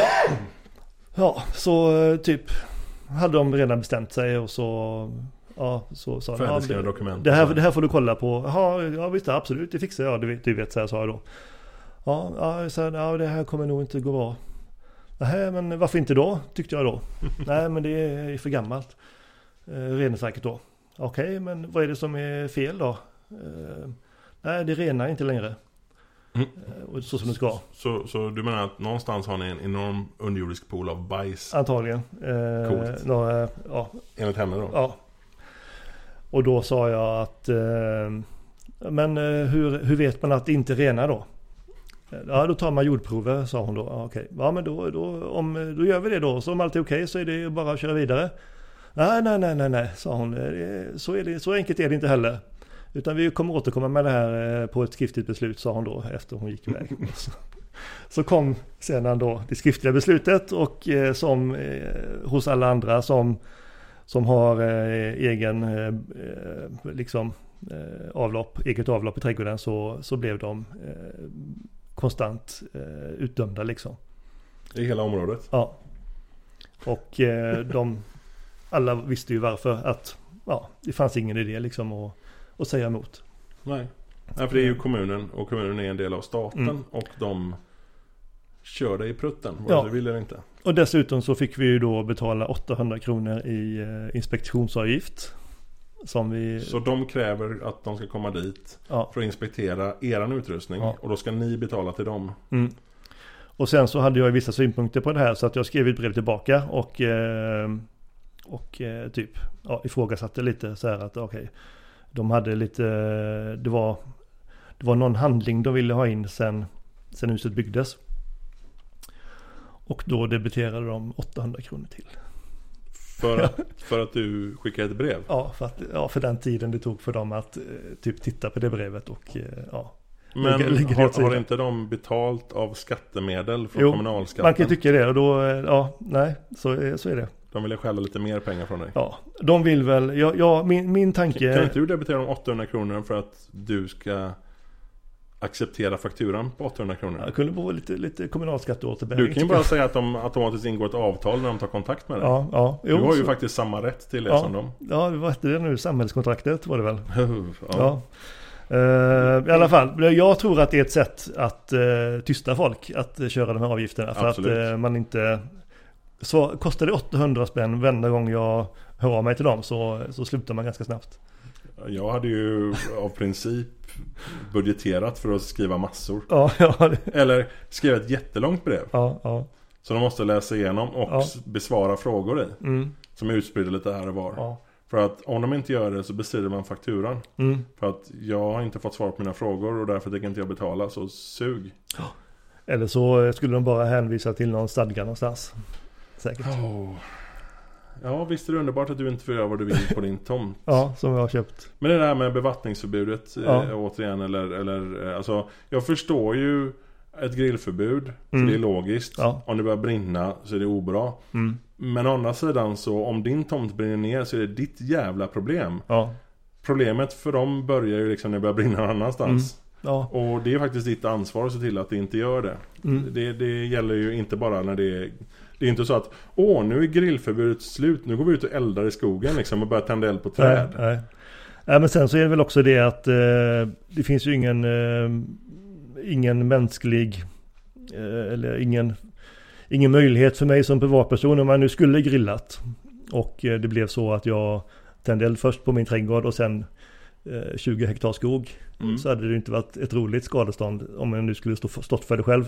ja, så typ hade de redan bestämt sig och så ja, så sa de ja, Färdigskrivna det, dokument. det, här, det här får du kolla på. Jaha, ja visst, absolut, det fixar jag, du vet, du vet så här sa jag då. Ja, ja, så här, ja, det här kommer nog inte gå bra. Nej, men varför inte då, tyckte jag då. Nej, men det är för gammalt. Eh, reningsverket då. Okej, okay, men vad är det som är fel då? Eh, nej, det renar inte längre. Mm. Och så som det ska. Så, så du menar att någonstans har ni en enorm underjordisk pool av bajs? Antagligen. Eh, Coolt. Några, ja, Enligt henne då? ja. Och då sa jag att eh, men eh, hur, hur vet man att det inte renar då? Ja, då tar man jordprover, sa hon då. Ja, okej. Ja, men då, då, om, då gör vi det då. Så om allt är okej så är det bara att köra vidare. Nej, nej, nej, nej, nej, sa hon. Så, är det, så enkelt är det inte heller. Utan vi kommer återkomma med det här på ett skriftligt beslut, sa hon då efter hon gick iväg. Så kom sedan då det skriftliga beslutet och eh, som eh, hos alla andra som, som har eh, egen eh, liksom, eh, avlopp, eget avlopp i trädgården så, så blev de eh, konstant eh, utdömda liksom. I hela området? Ja. Och eh, de alla visste ju varför att ja, det fanns ingen idé liksom att, att säga emot. Nej. Ja, för det är ju kommunen och kommunen är en del av staten Mm. och de kör dig i prutten, vare Ja. sig du vill eller inte. Och dessutom så fick vi ju då betala åttahundra kronor i eh, inspektionsavgift. Som vi... Så de kräver att de ska komma dit Ja. för att inspektera eran utrustning. Ja. Och då ska ni betala till dem. Mm. Och sen så hade jag vissa synpunkter på det här, så att jag skrev ett brev tillbaka och, eh, och eh, typ ja, ifrågasatte lite så här att okej, okay, de hade lite, det var, det var någon handling de ville ha in sen, sen huset byggdes. Och då debiterade de åttahundra kronor till. För att, för att du skickade ett brev? Ja, för, att, ja, för den tiden det tog för dem att eh, typ titta på det brevet och eh, ja. Men lägga, lägga har, har inte de betalt av skattemedel från jo, kommunalskatten? Man kan tycka det och då, eh, ja, nej, så, så är det. De vill stjäla lite mer pengar från dig. Ja, de vill väl, ja, ja min, min tanke... Kan inte du debitera dem åttahundra kronor för att du ska acceptera fakturan på åttahundra kronor? Ja, det kunde vara lite, lite kommunalskatteåterbäring. Du kan ju bara säga att de automatiskt ingår ett avtal när de tar kontakt med dig. Ja, ja. Jo, du har ju så... faktiskt samma rätt till det ja, som dem. Ja, vad hette det nu? Samhällskontraktet var det väl? ja. Ja. Uh, I alla fall, jag tror att det är ett sätt att uh, tysta folk att uh, köra de här avgifterna. För Absolut. att uh, man inte... Så kostar det åttahundra spänn varenda gång jag hör av mig till dem, så, så slutar man ganska snabbt. Jag hade ju av princip budgeterat för att skriva massor. Ja, ja. Eller skriva ett jättelångt brev. Ja, ja. Så de måste läsa igenom och ja. besvara frågor i. Mm. Som är utspridda lite här och var. Ja. För att om de inte gör det så bestrider man fakturan. Mm. För att jag har inte fått svar på mina frågor och därför tänker inte jag betala, så sug. Ja. Eller så skulle de bara hänvisa till någon stadga någonstans. Säkert. Oh. Ja, visst är det underbart att du inte får göra vad du vill på din tomt. Ja, som jag har köpt. Men det där med bevattningsförbudet ja. eh, återigen, eller, eller alltså, jag förstår ju ett grillförbud, för mm. det är logiskt. Ja. Om det börjar brinna så är det obra. Mm. Men å andra sidan så, om din tomt brinner ner så är det ditt jävla problem. Ja. Problemet för dem börjar ju liksom när det börjar brinna någon annanstans. Mm. Ja. Och det är faktiskt ditt ansvar att se till att det inte gör det. Mm. det. Det gäller ju inte bara när det är... Det är inte så att, åh, nu är grillförbudet slut, nu går vi ut och eldar i skogen liksom och börjar tända eld på träd. Nej, nej. nej men sen så är det väl också det att eh, det finns ju ingen eh, ingen mänsklig eh, eller ingen ingen möjlighet för mig som privatperson om man nu skulle grillat och eh, det blev så att jag tände eld först på min trädgård och sen eh, tjugo hektar skog, mm. så hade det inte varit ett roligt skadestånd om jag nu skulle stå, stått för det själv.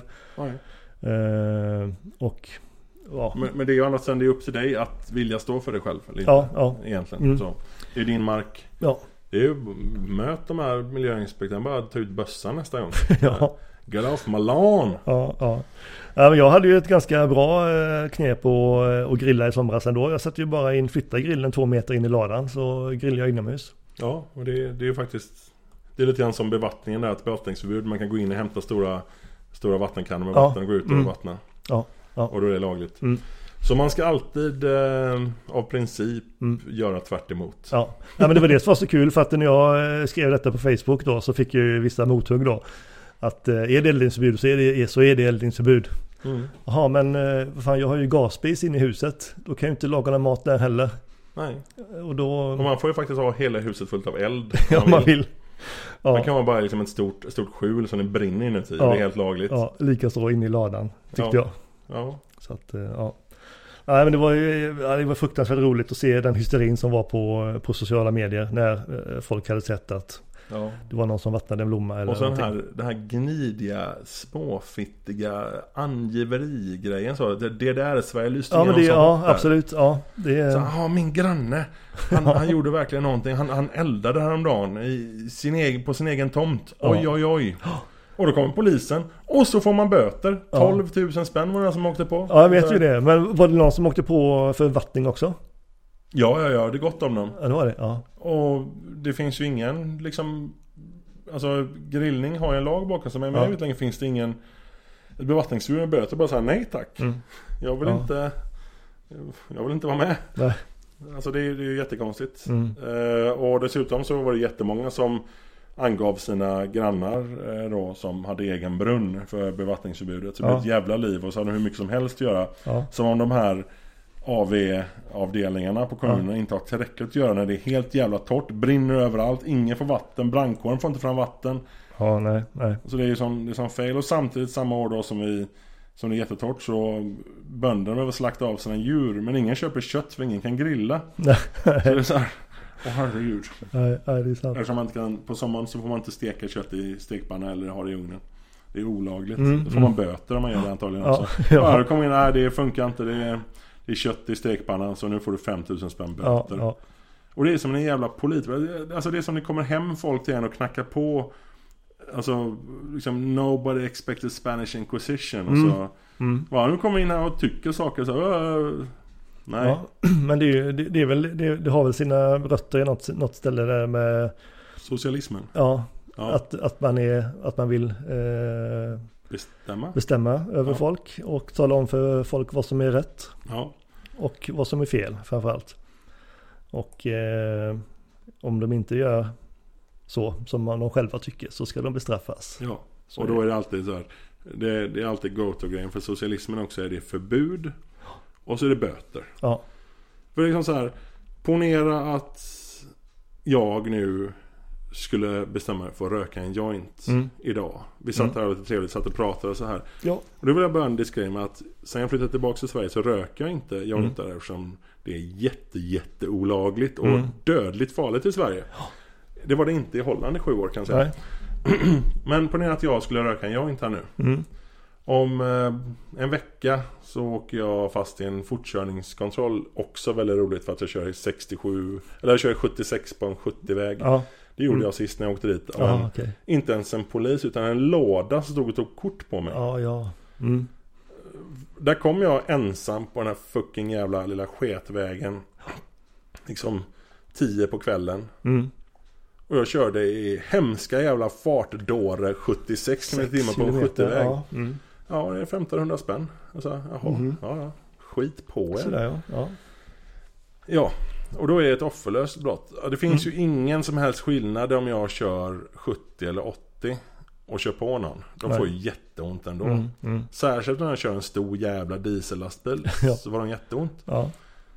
Eh, och ja. Men, men det är ju annars sen det är upp till dig att vilja stå för dig själv eller inte, ja, ja. egentligen. Mm. Så, det är din mark. Ja. Det är ju, möt de här miljöinspektörerna, bara ta ut bössan nästa gång. Ja. Get off my lawn. Ja, ja. Ja, men jag hade ju ett ganska bra knep på att grilla i somras ändå. Jag satte ju bara in, flytta grillen två meter in i ladan, så grillade jag inomhus. Ja, och det, det är ju faktiskt, det är lite grann som bevattningen där, ett bevattningsförbud. Man kan gå in och hämta stora, stora vattenkannor med ja. vatten och gå ut och mm. vattna. Ja. Ja. Och då är det lagligt. Mm. Så man ska alltid eh, av princip mm. göra tvärt emot. Ja. Ja, men det var det som var så kul, för att när jag skrev detta på Facebook då, så fick jag ju vissa mothugg då. Att eh, är det eldningsförbud så är det, så är det eldningsförbud. Mm. Jaha, men eh, fan, jag har ju gasspis inne i huset. Då kan jag ju inte laga någon mat där heller. Nej. Och, då... och man får ju faktiskt ha hela huset fullt av eld. Ja, man vill. Ja. Man kan vara bara liksom ett stort, stort skjul som det brinner inuti. Ja. Det är helt lagligt. Ja, lika så inne i ladan, tyckte ja. jag. Ja. Så att, ja. Nej, men det var ju ja, det var fruktansvärt roligt att se den hysterin som var på, på sociala medier när eh, folk hade sett att ja. det var någon som vattnade en blomma eller och sen någonting. här, den här gnidiga, småfittiga angiveri-grejen så, det, det där är Sverige lyste ja, men det, ja, absolut. Ja, det är... så, ah, min granne, han, han gjorde verkligen någonting. Han, han eldade häromdagen i sin egen, på sin egen tomt. Oj, ja. oj, oj. Och då kommer polisen och så får man böter. tolv tusen spänn var det som åkte på. Ja, jag vet ju det. Men var det någon som åkte på för vattning också? Ja, ja, ja. Det är gott om dem. Ja, det var det. Ja. Och det finns ju ingen liksom... Alltså, grillning har ju en lag bakom sig. Men ja. jag vet länge finns det ingen... Ett bevattningsförbud med böter. Bara säga nej tack. Mm. Jag vill ja. inte... Jag vill inte vara med. Nej. Alltså, det är, det är ju jättekonstigt. Mm. Uh, och dessutom så var det jättemånga som... angav sina grannar eh, då, som hade egen brunn för bevattningsförbudet. Så det blev ett jävla liv och så hade de hur mycket som helst att göra. Ja. Som om de här A V-avdelningarna på kommunen ja. inte har tillräckligt att göra när det är helt jävla torrt. Brinner överallt, ingen får vatten, brandkåren får inte fram vatten. Ja, nej, nej. Så det är ju som, det är som fail. Och samtidigt samma år då som vi som det är jättetort, så bönderna behöver slakta av sina djur, men ingen köper kött för ingen kan grilla. Så det är så här, åh herregud. Nej, nej, det är sant. Eftersom man inte kan, på sommaren så får man inte steka kött i stekpanna eller ha det i ugnen. Det är olagligt. Mm, Då får man böter om man gör det antagligen ja, också. ja. Ja, då kommer in, nej det funkar inte, det är, det är kött i stekpannan, så nu får du fem tusen spänn böter. Ja, ja. Och det är som en jävla polit. Alltså det är som det kommer hem folk till en och knackar på. Alltså liksom nobody expected Spanish Inquisition. Och så, Mm. Mm. ja, nu kommer in här och tycker saker så. Uh, nej. Ja, men det, är ju, det, det, är väl, det, det har väl sina rötter i något, något ställe där med Socialismen. ja, Ja. Att, att, man är, att man vill eh, Bestämma. bestämma över Ja. folk och tala om för folk vad som är rätt Ja. och vad som är fel framförallt. Och eh, om de inte gör så som man de själva tycker så ska de bestraffas. Ja. Så Och då är det alltid så här. Det, det är alltid go-to-grejen. För socialismen också är det förbud. Och så är det böter. Ja. För det är liksom så här. Ponera att jag nu skulle bestämma mig för att röka en joint Mm. idag. Vi satt här och lite trevligt, satt och pratade och så här. Ja. Och då vill jag börja en diskussion med att sen jag flyttade tillbaka till Sverige så röker jag inte jointar mm. eftersom det är jätte, jätte olagligt och mm. dödligt farligt i Sverige. Det var det inte i Holland i sju år kan jag säga. Nej. Men ponera att jag skulle röka en joint här nu. Mm. Om eh, en vecka så åker jag fast i en fortkörningskontroll. Också väldigt roligt för att jag kör i sextiosju eller jag kör i sjuttiosex på en sjuttio-väg. Ja. Det gjorde mm. jag sist när jag åkte dit. Ja, en, okay. Inte ens en polis utan en låda som stod och tog kort på mig. Ja, ja. Mm. Där kom jag ensam på den här fucking jävla lilla sketvägen. Liksom tio på kvällen. Mm. Och jag körde i hemska jävla fartdåre sjuttiosex kilometer på en sjuttio-väg. Ja. Mm. Ja, det är femtonhundra spänn. Och så, jaha, mm. ja, ja. Skit på er. Sådär, ja. Ja. Ja, och då är det ett offerlöst brott. Det finns mm. ju ingen som helst skillnad om jag kör sjuttio eller åttio och kör på någon. De Nej. Får ju jätteont ändå. Mm. Mm. Särskilt när jag kör en stor jävla diesellastbil ja. Så var de jätteont. Ja.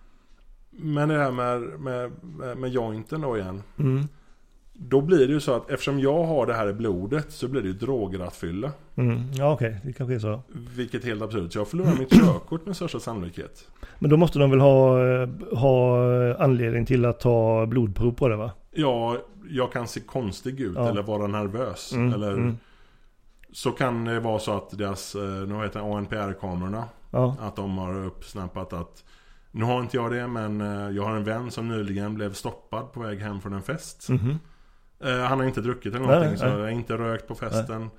Men det här med, med, med, med jointen då igen. Mm. Då blir det ju så att eftersom jag har det här i blodet så blir det ju drograttfylla. Mm. Ja okej, okay. Det kanske är så. Vilket är helt absurt. Så jag förlorar mitt körkort med största sannolikhet. Men då måste de väl ha, ha anledning till att ta blodprov på det va? Ja, jag kan se konstig ut ja. Eller vara nervös. Mm. Eller mm. så kan det vara så att deras, nu heter det A N P R-kamerorna. Ja. Att de har uppsnappat att nu har inte jag det men jag har en vän som nyligen blev stoppad på väg hem från en fest. Mm-hmm. Uh, han har inte druckit eller någonting. Nej, så nej. Inte rökt på festen.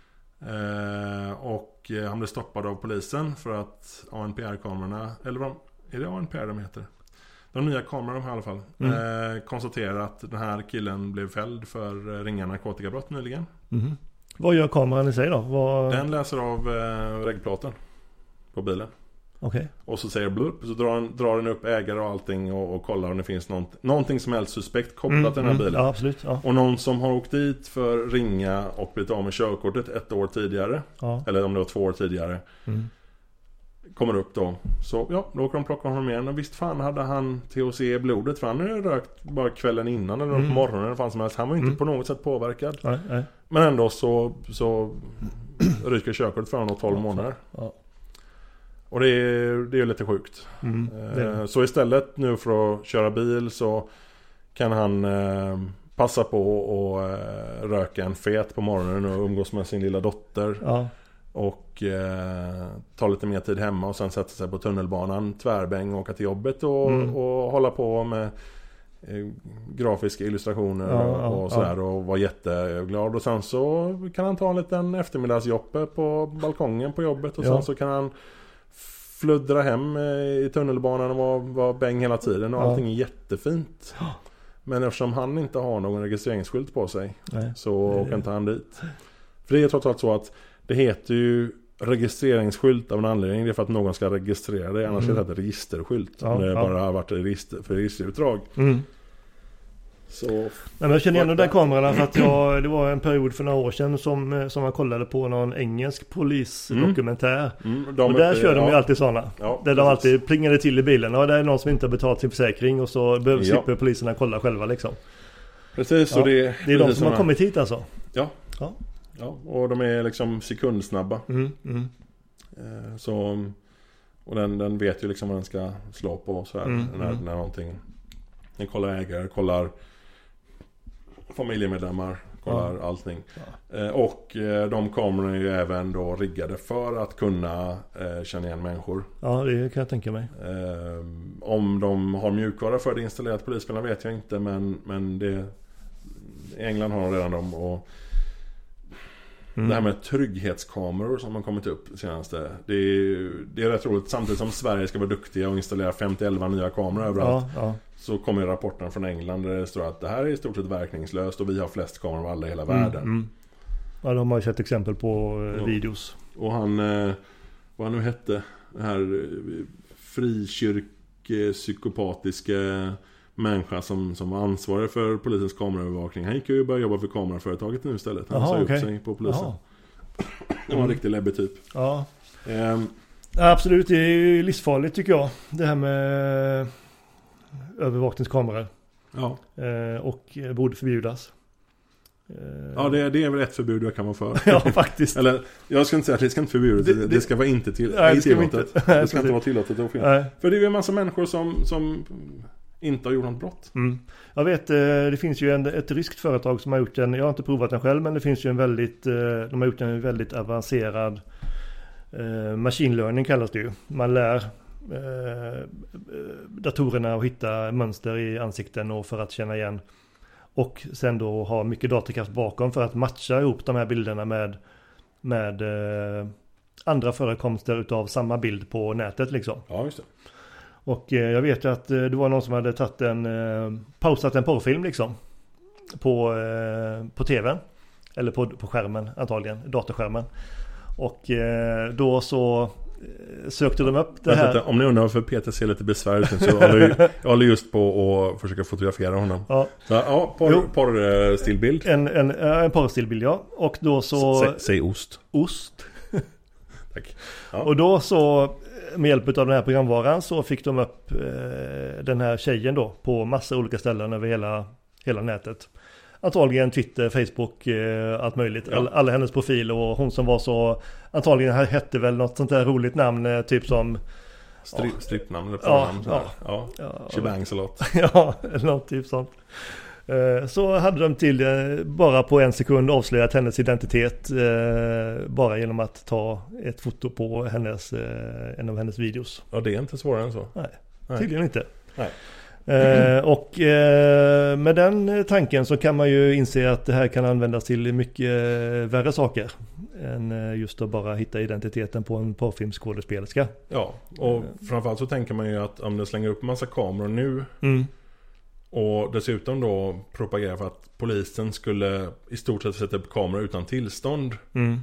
uh, Och uh, han blev stoppad av polisen. För att A N P R-kamerorna, eller vad, är det A N P R de heter? De nya kamerorna i alla fall mm. uh, konstaterar att den här killen blev fälld för uh, ringa narkotikabrott nyligen. Mm-hmm. Vad gör kameran i sig då? Vad... Den läser av uh, regplåten på bilen. Okay. Och så säger blup, så drar den, drar den upp ägare och allting och, och kollar om det finns något, någonting som helst suspekt kopplat mm, till den här bilen. Ja, absolut, ja. Och någon som har åkt dit för ringa och blivit av med körkortet ett år tidigare. Ja. Eller om det var två år tidigare. Mm. Kommer upp då. Så ja, då åker de plocka honom igen. Och visst fan hade han T H C i blodet. För han hade rökt bara kvällen innan eller mm. på morgonen eller fan som helst. Han var inte mm. på något sätt påverkad. Nej, nej. Men ändå så, så ryker körkortet för honom tolv månader. Ja. Och det är, det är lite sjukt. Mm, eh, så istället nu för att köra bil så kan han eh, passa på att eh, röka en fet på morgonen och umgås med sin lilla dotter. Ja. Och eh, ta lite mer tid hemma och sen sätta sig på tunnelbanan, tvärbäng och åka till jobbet och, mm. och hålla på med eh, grafiska illustrationer ja, och, och ja, sådär ja. Och vara jätteglad. Och sen så kan han ta en liten eftermiddagsjoppe på balkongen på jobbet och ja. Sen så kan han fluddra hem i tunnelbanan och vara, vara bäng hela tiden och ja. Allting är jättefint. Men eftersom han inte har någon registreringsskylt på sig Nej, så åker inte han dit. För det är trots allt så att det heter ju registreringsskylt av en anledning. Det är för att någon ska registrera det. Annars mm. är det ett registerskylt. Ja, det ja. Bara har varit register, för registerutdrag. Mm. Så, Nej, men jag känner igen de där kamerorna för att jag, det var en period för några år sedan som, som jag kollade på någon engelsk polisdokumentär. Mm. Mm, och där uppe, kör de ja. Ju alltid sådana. Ja, där de alltid plingade till i bilen. Och det är någon som inte har betalt sin försäkring och så behöver ja. Slipper poliserna kolla själva liksom. Precis, ja. Och det, det är de som har kommit hit alltså. Ja. Ja. Ja, och de är liksom sekundsnabba. Mm. Mm. Eh, så, och den, den vet ju liksom vad den ska slå på så här, Mm, när, mm. när någonting. Den kollar ägare, kollar familjemedlemmar, kollar Ja. allting. Ja. Eh, och eh, de kamerorna är ju även då riggade för att kunna eh, känna igen människor. Ja, det kan jag tänka mig. Eh, om de har mjukvara för det installerat polisbilarna vet jag inte, men, men det, i England har de redan dem. Och Mm. det här med trygghetskameror som har kommit upp senaste, det är, det är rätt roligt. Samtidigt som Sverige ska vara duktiga och installera femtio elva nya kameror överallt, Ja, ja. så kommer rapporten från England där det står att det här är i stort sett verkningslöst och vi har flest kameror av alla i hela Mm, världen. mm. Ja, de har ju sett exempel på eh, Ja. videos. Och han, eh, vad han nu hette, den här eh, frikyrkpsykopatiska människa som, som var ansvarig för polisens kameraövervakning. Han gick ju börja jobba för kameraföretaget nu istället. Han Jaha, sa upp okej. sig på polisen. Jaha. Det var en riktig läbbig typ. Ja. Ehm, Ja, absolut, det är ju livsfarligt tycker jag. Det här med övervakningskameror. ja, Eh, och borde förbjudas. Eh, ja det, det är väl ett förbud jag kan vara för. ja, faktiskt. Eller, jag ska inte säga att det ska inte förbjudas. Det- Det, det- det ska vara inte till, Nej, nej, det ska vi tillåtet. inte. Nej, Det ska inte precis. vara tillåtet att filma. Nej. För det är ju en massa människor som, som inte har gjort något brott. Mm. Jag vet, eh, det finns ju en, ett ryskt företag som har gjort en, jag har inte provat den själv, men det finns ju en väldigt, eh, de har gjort en väldigt avancerad eh, machine learning kallas det ju. Man lär eh, datorerna att hitta mönster i ansikten och för att känna igen. Och sen då ha mycket datorkraft bakom för att matcha ihop de här bilderna med, med eh, andra förekomster utav samma bild på nätet liksom. Ja, just det. Och eh, jag vet ju att eh, det var någon som hade tagit en, eh, pausat en porrfilm liksom. På, eh, på tvn. Eller på, på skärmen antagligen, datorskärmen. Och eh, då så eh, sökte de upp det Vänta, här. vänta, om ni undrar varför Peter ser lite besvär ut så håller jag, jag håller just på att försöka fotografera honom. Ja, Så, ja, porr, Jo. porrstillbild. en, en, en porrstillbild ja. Och då så... Sä, säg ost. Ost. Tack. Ja. Och då så med hjälp av den här programvaran så fick de upp eh, den här tjejen då på massa olika ställen över hela, hela nätet. Antagligen Twitter, Facebook, eh, allt möjligt. Ja. All, alla hennes profiler och hon som var så, antagligen hette väl något sånt där roligt namn, eh, typ som... Stri, strippnamn eller Ja, porrnamn. Ja, ja. ja. Ja, She bangs a lot. ja, eller något typ sånt. Eh, Så hade de till eh, bara på en sekund avslöjat hennes identitet eh, bara genom att ta ett foto på hennes, eh, en av hennes videos. Ja, det är inte svårare än så. Nej, Nej. tydligen inte. Nej. Eh, och eh, med den tanken så kan man ju inse att det här kan användas till mycket eh, värre saker än eh, just att bara hitta identiteten på en porrfilmskådespelerska. Ja, och framförallt så tänker man ju att om det slänger upp en massa kameror nu Mm. och dessutom då propagerar för att polisen skulle i stort sett sätta upp kameror utan tillstånd, Mm.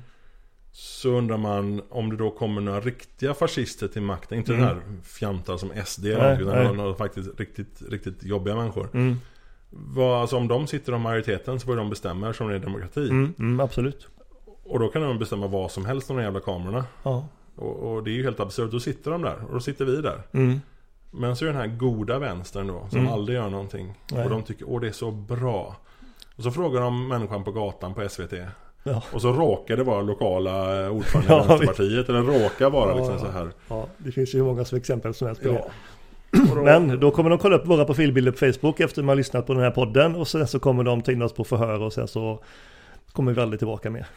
så undrar man om det då kommer några riktiga fascister till makten. Inte Mm. den här fjantar som S D Nej, utan nej. några faktiskt riktigt, riktigt jobbiga människor. Mm. Vad, alltså om de sitter i majoriteten så får de bestämma som det är demokrati. Mm. Mm, absolut. Och då kan de bestämma vad som helst om de jävla kamerorna. Ja. Och, och det är ju helt absurt. Då sitter de där och då sitter vi där. Mm. Men så är den här goda vänstern då som Mm. aldrig gör någonting. Nej. Och de tycker, åh det är så bra. Och så frågar de människan på gatan på S V T. Ja. Och så råkar det vara lokala eh, ordförande i Ja, Vänsterpartiet. Eller råkar vara Ja, liksom ja. så här. Ja, det finns ju hur många som exempel som helst på Ja. det. Och då, Men då kommer de kolla upp våra profilbilder på Facebook efter man har lyssnat på den här podden och sen så kommer de ta in oss på förhör och sen så kommer vi aldrig tillbaka mer.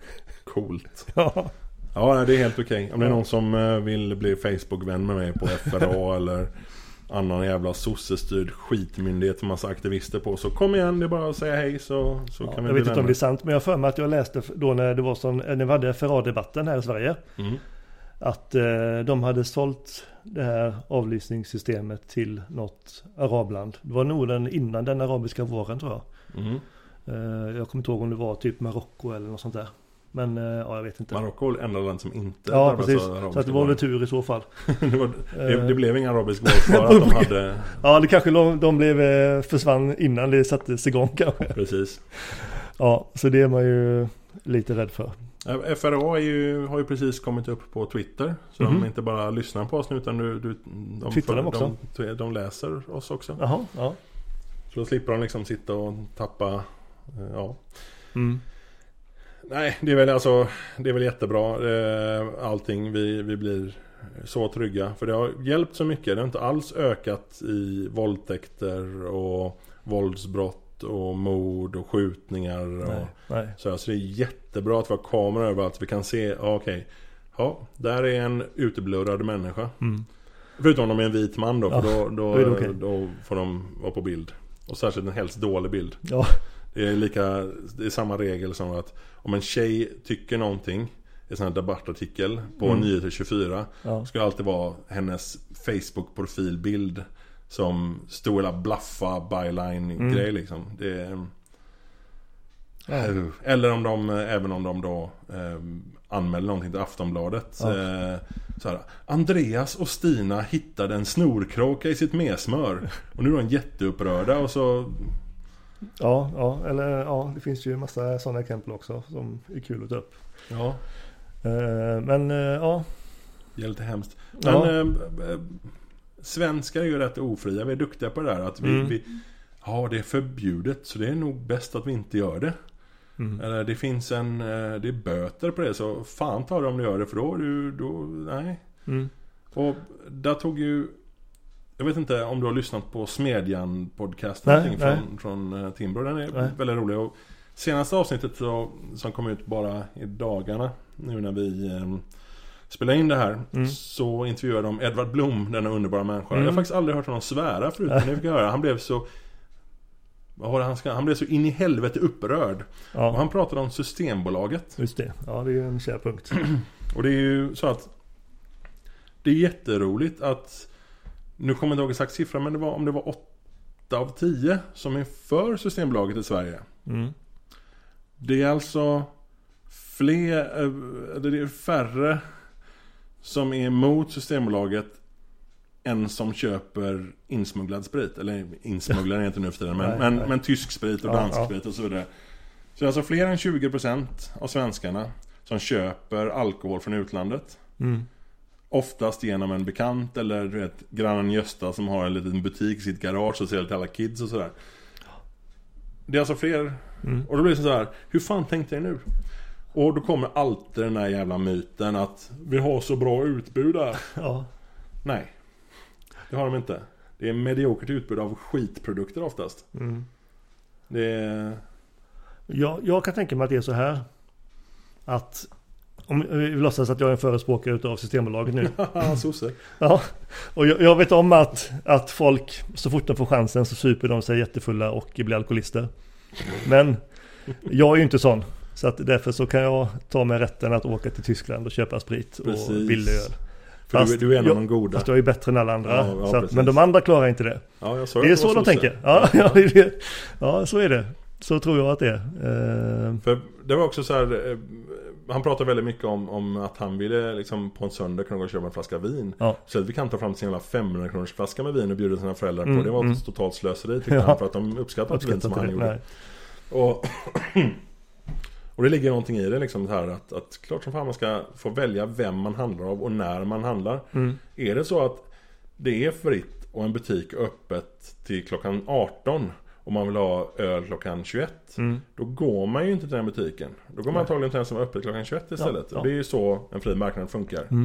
Coolt. Ja, Ja, nej, det är helt okej. Om det är Ja. någon som eh, vill bli Facebook-vän med mig på F R A eller annan jävla sossestyrd skitmyndighet med massa aktivister på, så kom igen, det är bara att säga hej så, så ja, kan vi jag bli vet inte om vänner. det är sant, men jag har för mig att jag läste då när det var som, när vi hade F R A-debatten här i Sverige, Mm. att eh, de hade sålt det här avlyssningssystemet till något arabland. Det var nog den innan den arabiska våren tror jag. Mm. Eh, jag kommer inte ihåg om det var typ Marocko eller något sånt där. Men eh, ja, jag vet inte. Marocko är det enda land som inte Ja, drabbats precis. av arabiska Så att det var väl tur i så fall. det, var, det, Eh. det blev ingen arabisk vår för att de hade... Ja, det kanske de, de blev eh, försvann innan det sattes igång kanske. Precis. Ja, så det är man ju lite rädd för. F R A är ju, har ju precis kommit upp på Twitter. Så Mhm. de inte bara lyssnar på oss nu utan du, du, de, Twittrar de också? De, de läser oss också. Jaha, ja. Så då slipper de liksom sitta och tappa... eh, Ja. Mm. Nej, det är väl alltså, det är väl jättebra. Allting, vi, vi blir så trygga. För det har hjälpt så mycket. Det har inte alls ökat i våldtäkter och våldsbrott och mord och skjutningar. Och nej, nej. Så, så det är jättebra att vi har kameror överallt. Vi kan se, okej, okay, ja, där är en uteblurrad människa. Mm. Förutom om de är en vit man då, för ja, då, då, då, okay. då får de vara på bild. Och särskilt en helst dålig bild. Ja. Det är lika, det är samma regel som att om en tjej tycker någonting i en sån här debattartikel på mm. Nyheter tjugofyra, ja. Ska alltid vara hennes Facebook-profilbild som stora blaffa byline-grej mm. liksom. Det är, ja. Eller om de, även om de då eh, anmäler någonting till Aftonbladet. Ja. Eh, så här, Andreas och Stina hittade en snorkråka i sitt mesmör. Och nu är de jätteupprörda och så... Ja, ja, eller ja, det finns ju en massa sådana exempel också som är kul att ta upp. Ja. Eh, men eh, ja. Det är lite hemskt. Men ja. eh, svenskar är ju rätt ofria. Vi är duktiga på det där. Att vi, mm. vi, ja, det är förbjudet, så det är nog bäst att vi inte gör det. Mm. Eller det finns en, det är böter på det, så fan tar det om du gör det, för då, du, då nej. Mm. Och där tog ju, jag vet inte om du har lyssnat på Smedjan podcast nej, nej. från, från Timbro, den är nej. väldigt rolig. Och senaste avsnittet så, som kom ut bara i dagarna nu när vi eh, spelar in det här, mm. så intervjuade de Edvard Blom, denna underbara människa. Mm. Jag har faktiskt aldrig hört honom svära förut, men det fick jag höra. Han blev så Han, ska, han blev så in i helvete upprörd. Ja. Och han pratade om Systembolaget. Just det, ja, det är ju en kär punkt. Och det är ju så att det är jätteroligt att, nu kommer jag inte ihåg exakt siffra, men det var, om det var åtta av tio som är för Systembolaget i Sverige. Mm. Det är alltså fler, det är färre som är emot Systembolaget än som köper insmugglad sprit. Eller insmugglad är inte nu för tiden, men, nej, men, nej. men tysk sprit och ja, dansk ja. sprit och så vidare. Så det är alltså fler än tjugo procent av svenskarna som köper alkohol från utlandet. Mm. Oftast genom en bekant, eller du vet, grannen Gösta som har en liten butik i sitt garage och säljer till alla kids och sådär. Det är alltså fler. Mm. Och då blir det så här, hur fan tänkte jag nu? Och då kommer alltid den här jävla myten att vi har så bra utbud där. Ja. Nej. Det har de inte. Det är mediokert utbud av skitprodukter oftast. Mm. Det är... jag, jag kan tänka mig att det är så här. Att om vi låtsas att jag är en förespråkare utav Systembolaget nu. Ja. Och jag, jag vet om att, att folk, så fort de får chansen, så super de sig jättefulla och blir alkoholister. Men jag är ju inte sån. Så att därför så kan jag ta mig rätten att åka till Tyskland och köpa sprit. Precis. Och billig öl. Fast du, du är en av de goda. Fast jag är bättre än alla andra. Ja, ja, så att, men de andra klarar inte det. Ja, jag det är så de tänker. Ja, ja. Ja, det, ja, så är det. Så tror jag att det är. Uh... För det var också så här, han pratade väldigt mycket om, om att han ville liksom på en söndag kunna gå och köpa en flaska vin. Ja. Så att vi kan ta fram sin jävla femhundra kronors flaska med vin och bjuda sina föräldrar mm, på. Det var mm. ett totalt slöseri tyckte ja. han, för att de uppskattade att vin som han gjorde. Och, och det ligger någonting i det liksom så här att, att klart som fan man ska få välja vem man handlar av och när man handlar. Mm. Är det så att det är fritt och en butik öppet till klockan arton och man vill ha öl klockan tjugoett, mm. då går man ju inte till den butiken. Då går man antagligen till den som är öppet klockan tjugoett istället. Ja, ja. Det är ju så en fri marknad funkar. Mm.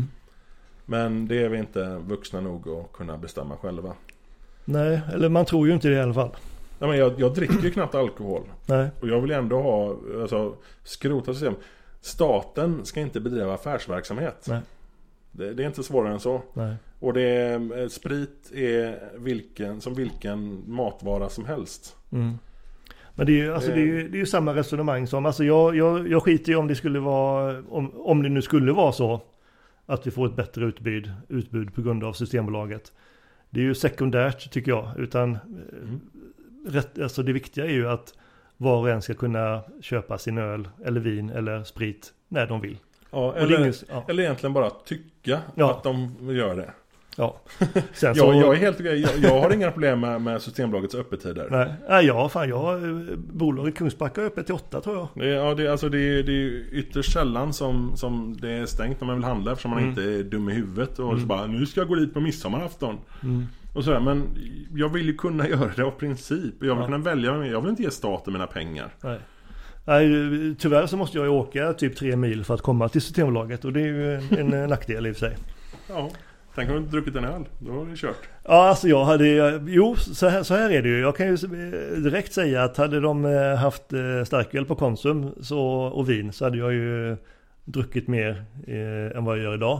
Men det är vi inte vuxna nog att kunna bestämma själva. Nej, eller man tror ju inte det i alla fall. Nej, men jag, jag dricker ju knappt alkohol. Nej. Och jag vill ändå ha alltså, skrota system. Staten ska inte bedriva affärsverksamhet. Nej. Det, det är inte svårare än så. Nej. Och det är, sprit är vilken, som vilken matvara som helst. Mm. Men det är ju alltså, det är ju, det är ju samma resonemang som, alltså jag, jag, jag skiter ju om det skulle vara, om, om det nu skulle vara så att vi får ett bättre utbud, utbud på grund av Systembolaget. Det är ju sekundärt tycker jag, utan mm. rätt, alltså det viktiga är ju att var och en ska kunna köpa sin öl eller vin eller sprit när de vill. Ja, eller, ingen, ja. eller egentligen bara tycka ja. att de gör det. Ja. Sen så, jag, jag, är helt, jag, jag har inga problem med, med Systembolagets öppettider. Nej, nej ja, fan, jag bolaget Kungsbacka är öppet till åtta tror jag. Det, ja, det, alltså, det, är, det är ytterst sällan som, som det är stängt när man vill handla, eftersom man mm. inte är dum i huvudet och mm. så bara, nu ska jag gå dit på midsommarafton. Mm. Och sådär, men jag vill ju kunna göra det av princip. Jag vill ja. kunna välja, jag vill inte ge staten mina pengar. Nej. Nej, tyvärr så måste jag ju åka typ tre mil för att komma till Systembolaget och det är ju en, en nackdel i och för sig. Ja, tänk om du inte druckit en öl, då har du kört. Ja, alltså jag hade, jo så här, så här är det ju. Jag kan ju direkt säga att hade de haft starköl på Konsum så, och vin så hade jag ju druckit mer eh, än vad jag gör idag.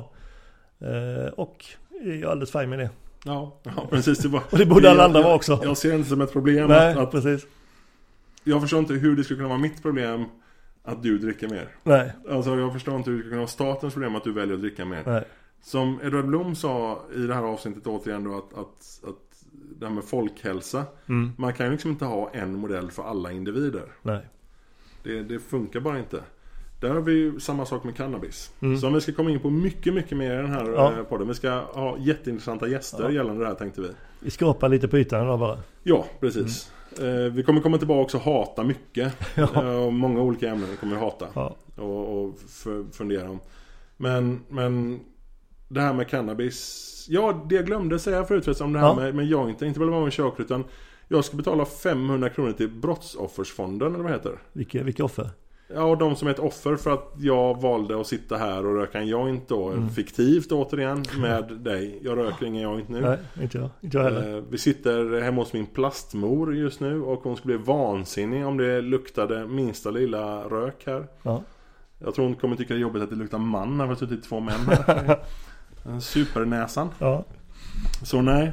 Eh, och jag är alldeles fine med det. Ja, ja precis. Det var, och det borde alla andra vara också. Jag ser det inte som ett problem. Nej, att, att, precis. Jag förstår inte hur det skulle kunna vara mitt problem att du dricker mer. Nej. Alltså jag förstår inte hur det skulle kunna vara statens problem att du väljer att dricka mer. Nej. Som Edvard Blom sa i det här avsnittet återigen då att, att, att det här med folkhälsa. Mm. Man kan ju liksom inte ha en modell för alla individer. Nej. Det, det funkar bara inte. Där har vi ju samma sak med cannabis. Mm. Så om vi ska komma in på mycket, mycket mer i den här ja. podden. Vi ska ha jätteintressanta gäster ja. gällande det här tänkte vi. Vi skapar lite på ytan då bara. Ja, precis. Mm. Eh, vi kommer komma tillbaka också hata mycket. ja. eh, många olika ämnen kommer vi hata. Ja. Och, och f- fundera om. Men, men det här med cannabis. Ja, det jag glömde säga förut om det här ja. med, med jointen. Inte bara med körkort utan jag ska betala femhundra kronor till brottsoffersfonden eller vad heter det? Vilka, vilka offer? Ja, och de som är ett offer för att jag valde att sitta här och röka en joint då, mm. fiktivt återigen med dig. Jag röker ingen joint nu. Nej, inte jag. Inte jag heller. Eh, vi sitter hemma hos min plastmor just nu och hon skulle bli vansinnig om det luktade minsta lilla rök här. Ja. Jag tror hon kommer tycka det är jobbigt att det luktar man när vi har suttit två män här. Supernäsan. Ja. Så nej.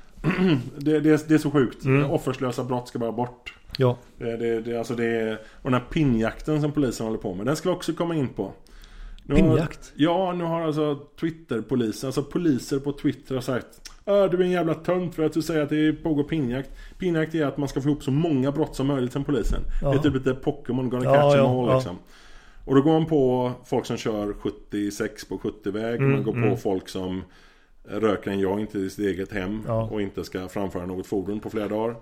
det, det, det är så sjukt. Mm. Offerslösa brott ska bara bort. Ja. Det, det, det, alltså det, och den här pinjakten som polisen håller på med, den ska vi också komma in på. Nu Pinjakt? Har, ja, nu har alltså Twitter-polisen, alltså poliser på Twitter har sagt ah, du är en jävla tönt för att du säger att det pågår pinjakt. Pinjakt är att man ska få ihop så många brott som möjligt som polisen. Ja. Det är typ lite Pokémon gonna ja, catch ja, them all ja. liksom. Och då går man på folk som kör sjuttiosex på sjuttio-väg. Mm, man går mm. på folk som röker en joint i sitt eget hem ja. och inte ska framföra något fordon på flera dagar.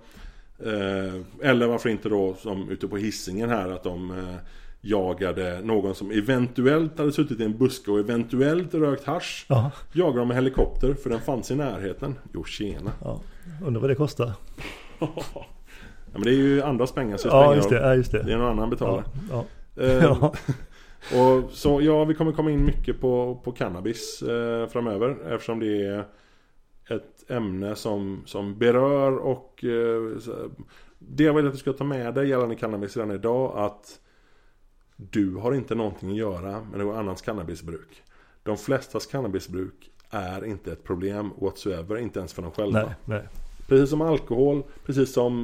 Eh, eller varför inte då som ute på Hisingen här att de eh, jagade någon som eventuellt hade suttit i en buske och eventuellt rökt hasch. Ja. Jagade dem med helikopter för den fanns i närheten. Jo, tjena. Ja. Undrar vad det kostar. Ja, men det är ju andras pengar så ja, just det, ja, just det. Det är någon annan betalar. Ja, ja. Eh, ja. Och så ja, vi kommer komma in mycket på, på cannabis eh, framöver eftersom det är ett ämne som, som berör och eh, det jag vill att du ska ta med dig gällande cannabis redan idag att du har inte någonting att göra med någon annans cannabisbruk. De flestas cannabisbruk är inte ett problem whatsoever, inte ens för dem själva. Nej, nej. Precis som alkohol, precis som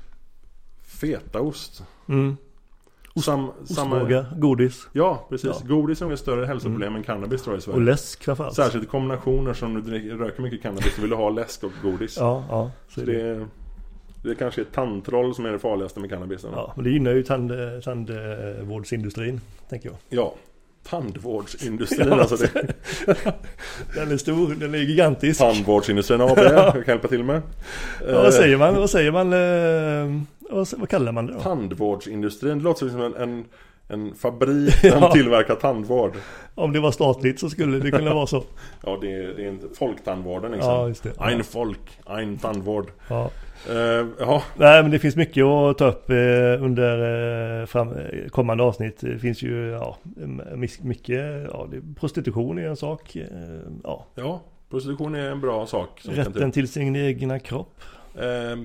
fetaost. Mm. Sam, samma godis. Ja, precis. Ja. Godis är ett större hälsoproblem mm. än cannabis tror jag i Sverige. Och läsk framförallt. Särskilt i kombinationer som du dricker, röker mycket cannabis så vill du ha läsk och godis. Ja, ja. Så, så det, det, det kanske är tandtroll som är det farligaste med cannabis. Ja, men det gynnar ju tand, tandvårdsindustrin, tänker jag. Ja, tandvårdsindustrin. ja, alltså det. Den är stor, den är gigantisk. Tandvårdsindustrin A B, jag kan hjälpa till med. Ja, vad säger man? Vad säger man? Vad, vad kallar man det då? Tandvårdsindustrin, det låter som en, en, en fabrik som ja. tillverkar tandvård. Om det var statligt så skulle det kunna vara så. Ja, det är, det är inte folktandvården liksom. Ja, just det. Ein ja. folk, ein tandvård. Ja. Uh, ja. Nej, men det finns mycket att ta upp eh, under eh, fram, kommande avsnitt. Det finns ju ja, mycket, ja, det, prostitution är en sak. Eh, ja. ja, prostitution är en bra sak. Rätten till sin egna kropp. Uh,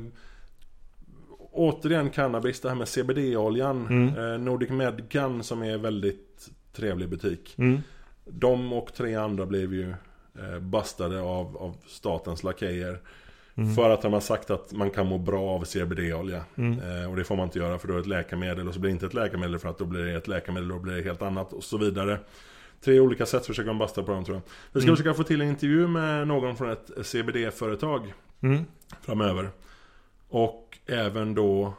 Återigen cannabis, det här med C B D-oljan. Mm. Eh, Nordic Medgun som är väldigt trevlig butik. Mm. De och tre andra blev ju eh, bastade av, av statens lakejer. Mm. För att de har sagt att man kan må bra av C B D-olja. Mm. Eh, och det får man inte göra för då är det ett läkemedel. Och så blir det inte ett läkemedel för att då blir det ett läkemedel och då blir det helt annat och så vidare. Tre olika sätt försöker de basta på dem tror jag. Vi ska mm. försöka få till en intervju med någon från ett C B D-företag mm. framöver. Och även då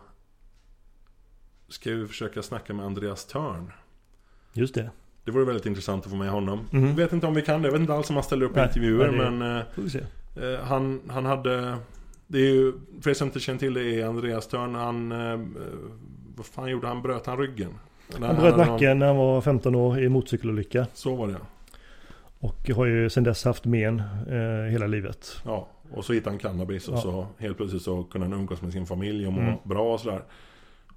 ska vi försöka snacka med Andreas Törn. Just det. Det vore väldigt intressant att få med honom. Mm. Jag vet inte om vi kan det. Jag vet inte alls om han ställer upp Nej, intervjuer. Men, men får vi se. Eh, han, han hade... Det är ju, för er som inte känner till det är Andreas Törn. Han... Eh, vad fan gjorde han? Bröt han ryggen? Han bröt nacken någon... när han var femton år i motorcykelolycka. Så var det. Och har ju sedan dess haft men eh, hela livet. Ja, och så hittade han cannabis och ja. så helt plötsligt så kunde han umgås med sin familj och må mm. bra och sådär.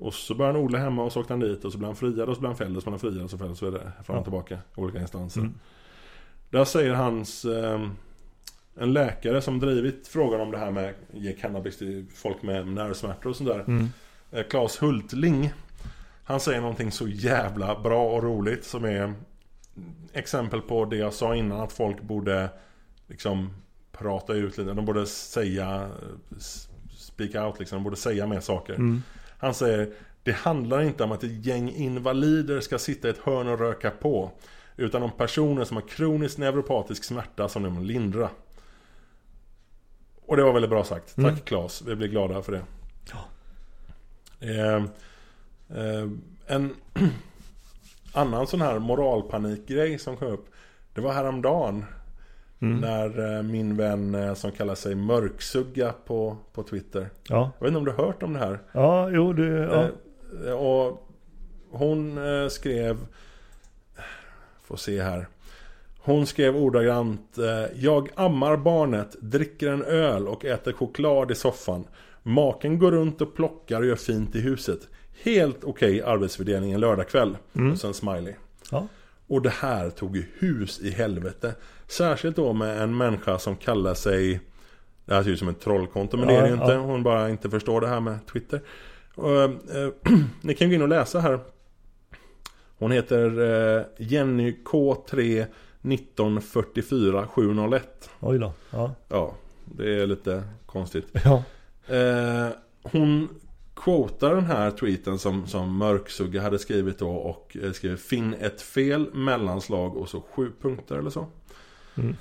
Och så började han odla hemma och så åkte han dit. Och så blev han friad och så blev han fälld och så blev han friad och så fälld och så vidare. Fram och Ja. tillbaka. Olika instanser. Mm. Där säger hans... Eh, en läkare som drivit frågan om det här med att ge cannabis till folk med nervsmärtor och sånt där. Mm. Eh, Claes Hultling. Han säger någonting så jävla bra och roligt som är exempel på det jag sa innan, att folk borde liksom prata ut lite. De borde säga speak out liksom, de borde säga mer saker. Mm. Han säger: det handlar inte om att ett gäng invalider ska sitta i ett hörn och röka på, utan om personer som har kronisk neuropatisk smärta som de vill lindra. Och det var väldigt bra sagt. Tack mm. Claes, vi blir glada för det. Ja. Eh, eh, en annan sån här moralpanikgrej som kom upp, det var häromdagen mm. när eh, min vän eh, som kallar sig Mörksugga på, på Twitter. Ja. Jag vet inte om du har hört om det här. Ja, jo du... Ja. Eh, och hon eh, skrev... Får se här. Hon skrev ordagrant: jag ammar barnet, dricker en öl och äter choklad i soffan. Maken går runt och plockar och gör fint i huset. Helt okej arbetsfördelning en lördagkväll. Mm. Och sen smiley. Ja. Och det här tog ju hus i helvete. Särskilt då med en människa som kallar sig... Det här ser ut som ett trollkonto, men ja, det är det ju inte. Ja. Hon bara inte förstår det här med Twitter. Och, eh, ni kan gå in och läsa här. Hon heter eh, Jenny K tre nitton fyrtiofyra sjuhundraett. Oj då. Ja. Ja, det är lite konstigt. Ja. Eh, hon quotar den här tweeten som, som Mörksugga hade skrivit då och eh, skrev: finn ett fel, mellanslag och så sju punkter eller så. Mm.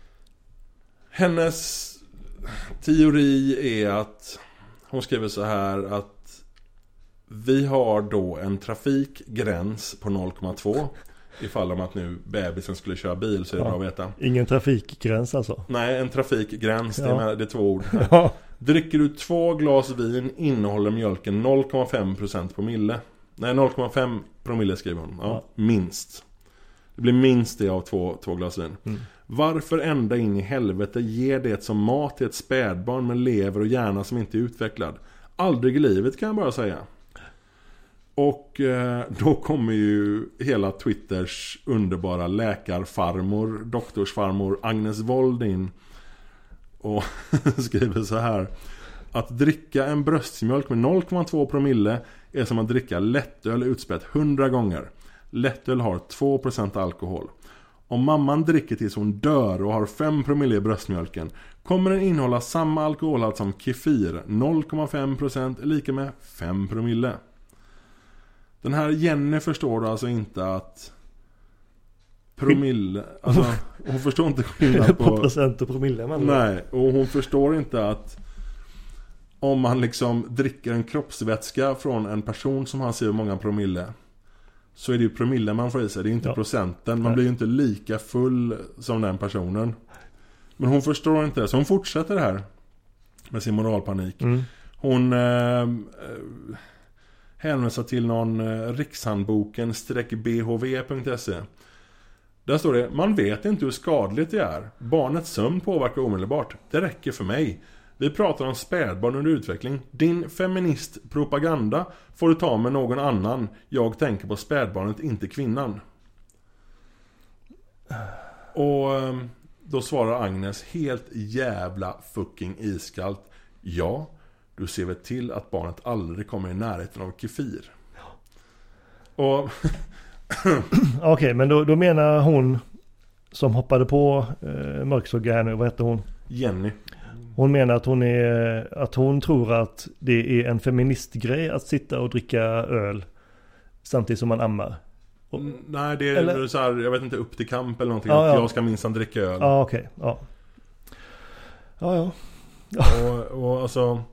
Hennes teori är att hon skriver så här att vi har då en trafikgräns på noll komma två. Ifall om att nu bebisen skulle köra bil, så är det ja. bra att veta. Ingen trafikgräns alltså? Nej, en trafikgräns, ja. det, är med, det är två ord. Ja. Dricker du två glas vin innehåller mjölken noll komma fem procent promille. Nej, noll komma fem promille skriver hon. Ja, ja. Minst. Det blir minst det av två, två glas vin. Mm. Varför ända in i helvete ger det som mat till ett spädbarn med lever och hjärna som inte är utvecklad? Aldrig i livet, kan jag bara säga. Och eh, då kommer ju hela Twitters underbara läkarfarmor, doktorsfarmor Agnes Wold in och skriver så här: att dricka en bröstmjölk med noll komma två promille är som att dricka lättöl utspätt hundra gånger. Lättöl har två procent alkohol. Om mamman dricker tills hon dör och har fem promille i bröstmjölken, kommer den innehålla samma alkoholhalt som kefir. noll komma fem procent är lika med fem promille. Den här Jenny förstår då alltså inte att promille, alltså hon förstår inte skillnad på, på procent och promille. Men nej, och hon förstår inte att om man liksom dricker en kroppsvätska från en person som har så många promille, så är det ju promille man får i sig, det är inte ja. procenten. Man nej. blir ju inte lika full som den personen. Men hon förstår inte det, så hon fortsätter det här med sin moralpanik. Mm. Hon eh, hänvisar till någon eh, rikshandboken b h v punkt se. Där står det: man vet inte hur skadligt det är. Barnets sömn påverkar omedelbart. Det räcker för mig. Vi pratar om spädbarn under utveckling. Din feministpropaganda får du ta med någon annan. Jag tänker på spädbarnet, inte kvinnan. Och då svarar Agnes helt jävla fucking iskallt: ja, du ser väl till att barnet aldrig kommer i närheten av kefir. Och okej, okay, men då, då menar hon som hoppade på eh, Mörksugga här nu, vad heter hon? Jenny. Hon menar att hon är att hon tror att det är en feministgrej att sitta och dricka öl samtidigt som man ammar. Och, nej, det är eller? så här, jag vet inte, upp till kamp eller någonting, ja, att ja. jag ska minsann dricka öl. Ja, okej. Okay, ja. Ja, ja. ja. Och, och alltså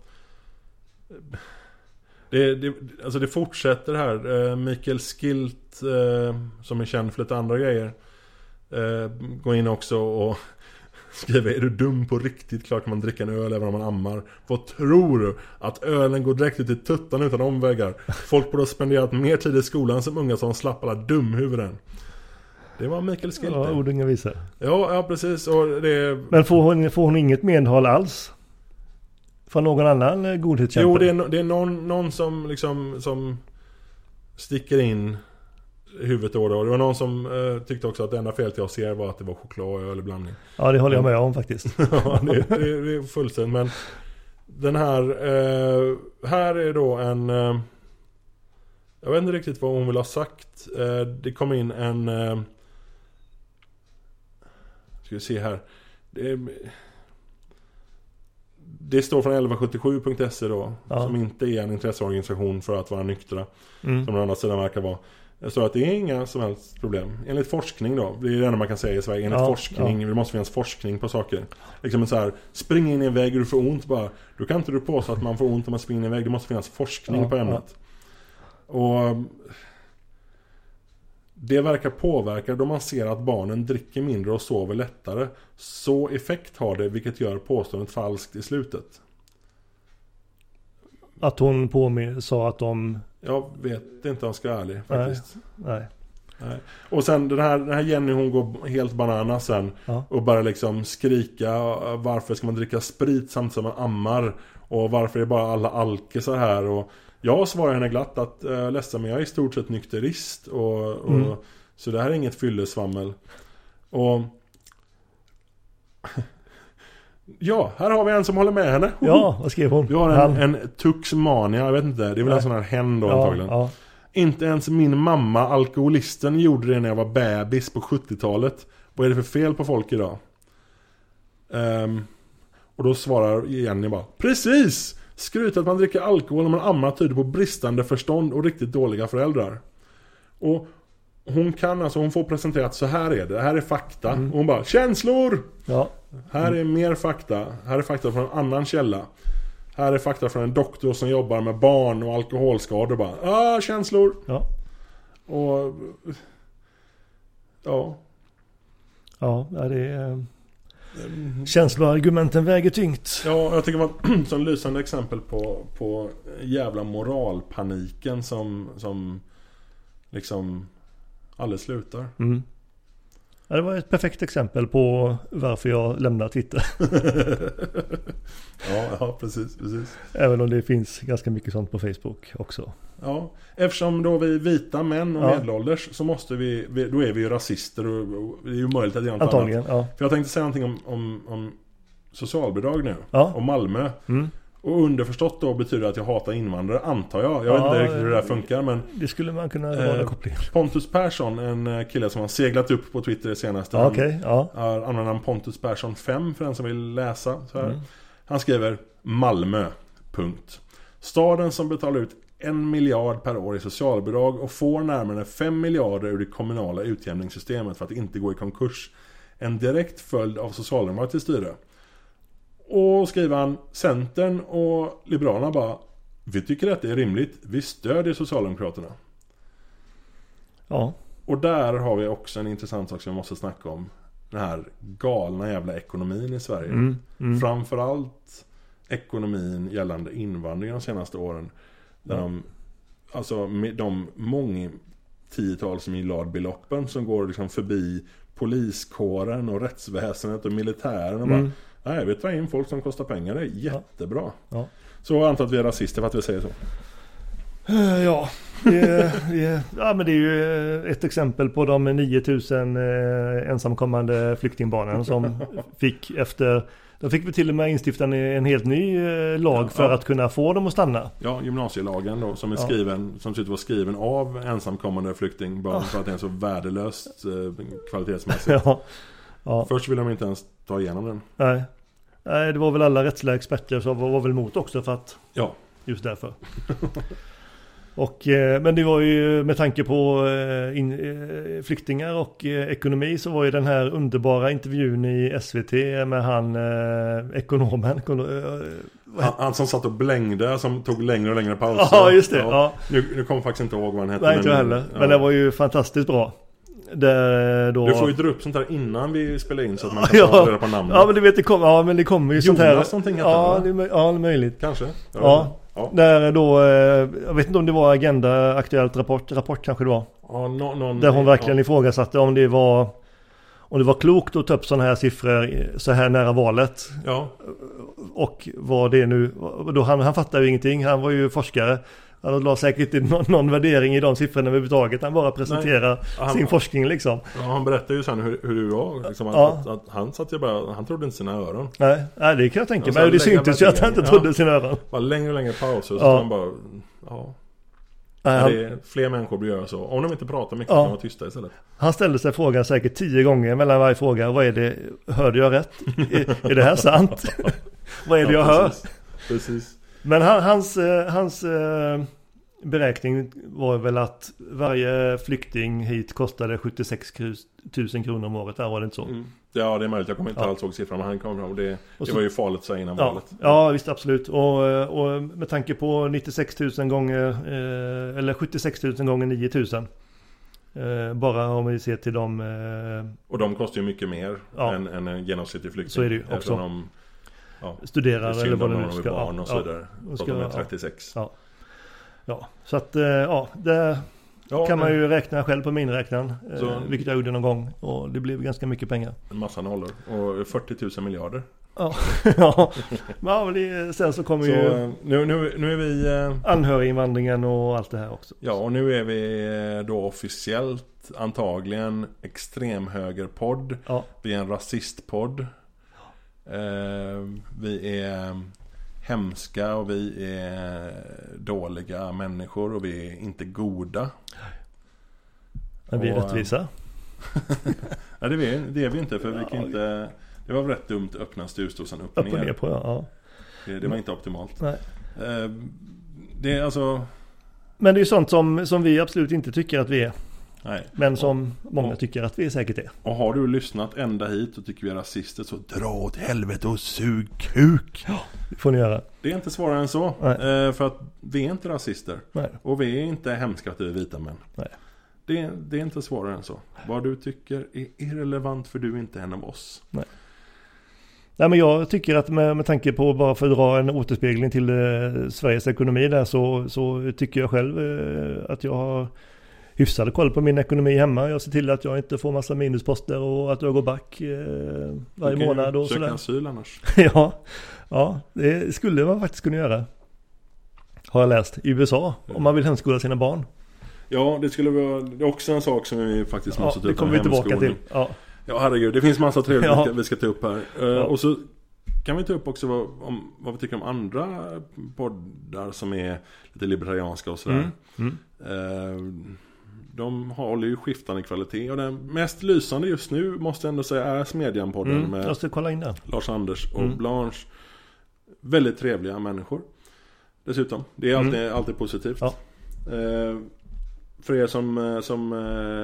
det, det, alltså det fortsätter här. Mikael Skilt, som är känd för lite andra grejer, går in också och skriver: är du dum på riktigt? Klart kan man dricka en öl även om man ammar. Vad tror du? Att ölen går direkt ut i tuttan utan omvägar. Folk borde ha spenderat mer tid i skolan som unga som slapp alla dumhuvuden. Det var Mikael Skilt. Ja, ordinga visar. Ja, ja, precis. Och det... Men får hon, får hon inget medhåll alls? Från någon annan godhetskämpe? Jo, det är, det är någon, någon som liksom som sticker in huvudet då, då. Det var någon som eh, tyckte också att det enda felet jag ser var att det var choklad eller blandning. Ja, det håller jag med om faktiskt. Ja, det, det, det är fullständigt. Men den här eh, här är då en eh, jag vet inte riktigt vad hon vill ha sagt. Eh, det kom in en eh, ska vi se här. Det, det står från elva sjuttiosju punkt se då, ja. Som inte är en intresseorganisation för att vara nyktra, mm. som den andra sidan verkar vara. Det står att det är inga som helst problem. Enligt forskning då, det är det enda man kan säga i Sverige. Enligt ja, forskning, ja. Det måste finnas forskning på saker. Liksom så här, spring in i en vägg och du får ont bara. Då kan inte du påstå att man får ont om man springer i en vägg. Det måste finnas forskning ja, på ämnet. Ja. Och det verkar påverka då man ser att barnen dricker mindre och sover lättare. Så effekt har det, vilket gör påståendet falskt i slutet. Att hon påmin- sa att de... Jag vet inte om jag ska vara ärlig faktiskt. Nej. Nej. Och sen den här, den här Jenny, hon går helt banana sen. Ja. Och bara liksom skrika. Varför ska man dricka sprit samtidigt som man ammar? Och varför är bara alla alkisar här? Och jag svarar henne glatt att äh, ledsen, men jag är i stort sett nykterist. Och, och, mm. Så det här är inget fyllesvammel. Och... Ja, här har vi en som håller med henne. Ja, vad skrev hon? Vi har en, en tuxmania, jag vet inte, det är väl Nej. En sån här hen då ja, antagligen. Ja. Inte ens min mamma, alkoholisten, gjorde det när jag var bebis på sjuttiotalet. Vad är det för fel på folk idag? Um, och då svarar Jenny bara, precis! Skryt att man dricker alkohol när man ammar tyder på bristande förstånd och riktigt dåliga föräldrar. Och hon kan alltså, hon får presenterat så här är det, det här är fakta. Mm. Och hon bara, känslor! Ja. Här är mer fakta. Här är fakta från en annan källa. Här är fakta från en doktor som jobbar med barn och alkoholskador. Bara, ah, känslor. Ja. Och ja. Ja, det är känsloargumenten väger tyngt. Ja, jag tycker det var som lysande exempel på, på jävla moralpaniken som, som liksom aldrig slutar. Mm. Ja, det var ett perfekt exempel på varför jag lämnar Twitter. ja, ja, precis, precis. Även om det finns ganska mycket sånt på Facebook också. Ja, eftersom då vi är vita män och ja. Medelålders så måste vi, då är vi ju rasister och det är ju möjligt att göra något Antagligen, annat. Ja. För jag tänkte säga någonting om, om, om socialbidrag nu. Ja. Om Malmö. Mm. Och underförstått då betyder det att jag hatar invandrare, antar jag. Jag vet ja, inte riktigt hur det där funkar, men... Det skulle man kunna vara eh, kopplingen. Pontus Persson, en kille som har seglat upp på Twitter det senaste. Ja, okay, ja. Han använder namn Pontus Persson fem för den som vill läsa. Så här. Mm. Han skriver Malmö, punkt. Staden som betalar ut en miljard per år i socialbidrag och får närmare fem miljarder ur det kommunala utjämningssystemet för att inte gå i konkurs. En direkt följd av socialdemokratiskt styre. Och skriver han, Centern och Liberalerna bara, vi tycker att det är rimligt, vi stödjer Socialdemokraterna. Ja. Och där har vi också en intressant sak som vi måste snacka om. Den här galna jävla ekonomin i Sverige. Mm, mm. Framförallt ekonomin gällande invandring de senaste åren. Där ja. de, alltså med de många tiotals miljardbeloppen som går liksom förbi poliskåren och rättsväsendet och militären och bara, mm. nej, vi tar in folk som kostar pengar, det är jättebra. Ja. Ja. Så jag antar att vi är rasister för att vi säger så. Uh, ja, det är, det är, ja, men det är ju ett exempel på de nio tusen eh, ensamkommande flyktingbarnen som fick efter, de fick vi till och med instifta en, en helt ny eh, lag ja, för ja. att kunna få dem att stanna. Ja, gymnasielagen då, som är skriven, ja. som ser ut att vara skriven av ensamkommande flyktingbarn ja. för att det är så värdelöst eh, kvalitetsmässigt. Ja. Ja. Först vill de inte ens ta igenom den. Nej. Nej, det var väl alla rättsliga experter som var, var väl emot också för att ja. just därför. Och, eh, men det var ju med tanke på eh, in, eh, flyktingar och eh, ekonomi så var ju den här underbara intervjun i S V T med han eh, ekonomen. Eh, han, han som satt och blängde, som tog längre och längre pauser. Ja, just det. Ja. Ja. Nu, nu kommer jag faktiskt inte ihåg vad han hette. Nej, inte men, heller. Ja. Men det var ju fantastiskt bra. Där då... Du får ju dra upp sånt här innan vi spelar in så att man kan ta reda på namnet. Ja, men du vet, det kommer, ja, men det kommer ju sånt här. Jonas någonting heter ja, det, det, ja, det är möjligt. Kanske. Ja. Ja. Där då, jag vet inte om det var Agenda Aktuellt rapport, rapport kanske det var. Ja, no, någon, där hon verkligen ja. ifrågasatte om det var, om det var klokt att ta upp sådana här siffror så här nära valet. Ja. Och vad det nu, då han, han fattar ju ingenting, han var ju forskare. Han la säkert inte någon, någon värdering i de siffrorna överhuvudtaget. Han bara presenterar han, sin forskning liksom. Ja, han berättade ju sen hur, hur det var. Liksom, ja. att, att han satt ju bara, han trodde inte sina öron. Nej, nej det kan jag tänka mig. Det syntes ju att han inte trodde ja. sina öron. Bara längre och längre pauser. Så ja. han bara, ja. Nej, han, det är, fler människor blir göra så. Om de inte pratar mycket ja. kan vara tysta istället. Han ställde sig frågan säkert tio gånger mellan varje fråga. Vad är det? Hörde jag rätt? är, är det här sant? Vad är det jag ja, hör? precis. precis. Men han, hans... hans beräkning var väl att varje flykting hit kostade sjuttiosex tusen kronor om året. Där var det inte så. Mm. Ja, det är möjligt. Jag kommer inte ja. alls ihåg siffran, men han kom fram. Det, och så, det var ju farligt så innan ja, valet. Ja, visst, absolut. Och, och med tanke på nittiosex tusen gånger eh, eller sjuttiosex tusen gånger nio tusen. Eh, bara om vi ser till dem. Eh, och de kostar ju mycket mer ja. än, än en genomsnittlig flykting. Så är det ju också. De, ja, studerar eller vad det nu ska. Barn och så vidare. Ja, så att de är trettiosex. Ja. Ja, så att ja, det ja, kan man ju räkna själv på min räknan, så, vilket jag gjorde någon gång, och det blev ganska mycket pengar. En massa nollor och fyrtio tusen miljarder. Ja, ja. Men det, sen så kommer så, ju nu, nu, nu är vi anhöriginvandringen och allt det här också. Ja, och nu är vi då officiellt antagligen extremhögerpodd. Ja. Vi är en rasistpodd. Eh, vi är hemska och vi är dåliga människor och vi är inte goda. Men vi är och, rättvisa. Nej, det är, det är vi inte, för vi kan inte. Det var rätt dumt att öppna stuvstosen upp och ner. Upp och ner på, ja. Det, det var inte optimalt. Nej. Det är alltså. Men det är ju sånt som, som vi absolut inte tycker att vi är. Nej. Men som och, många och, tycker att vi säkert är. Och har du lyssnat ända hit och tycker vi är rasister, så dra åt helvete och sug kuk. Ja, det får ni göra. Det är inte svårare än så. Eh, för att vi är inte rasister. Nej. Och vi är inte hemska att vi är vita män. Nej. Det, det är inte svårare än så. Vad du tycker är irrelevant, för du är inte en av oss. Nej. Nej, men jag tycker att med, med tanke på, bara för att dra en återspegling till eh, Sveriges ekonomi där, så, så tycker jag själv eh, att jag har hyfsade koll på min ekonomi hemma. Jag ser till att jag inte får massa minusposter och att jag går back eh, varje okay, månad. Och söka asyl annars. ja, ja, det skulle man faktiskt kunna göra. Har jag läst i U S A, mm. om man vill hemskola sina barn. Ja, det skulle vara det är också en sak som vi faktiskt ja, måste ta upp. Det kommer vi tillbaka till. Ja. Ja, herregud, det finns massa trevligt ja. vi, ska, vi ska ta upp här. Uh, ja. Och så kan vi ta upp också vad, om, vad vi tycker om andra poddar som är lite libertarianska och sådär. Mm. Mm. Uh, de håller ju skiftande kvalitet. Och den mest lysande just nu måste jag ändå säga är Smedjan-podden mm. med jag ska kolla in den. Lars Anders och mm. Blanche. Väldigt trevliga människor. Dessutom, det är alltid, mm. alltid positivt. Ja. Uh, för er som, som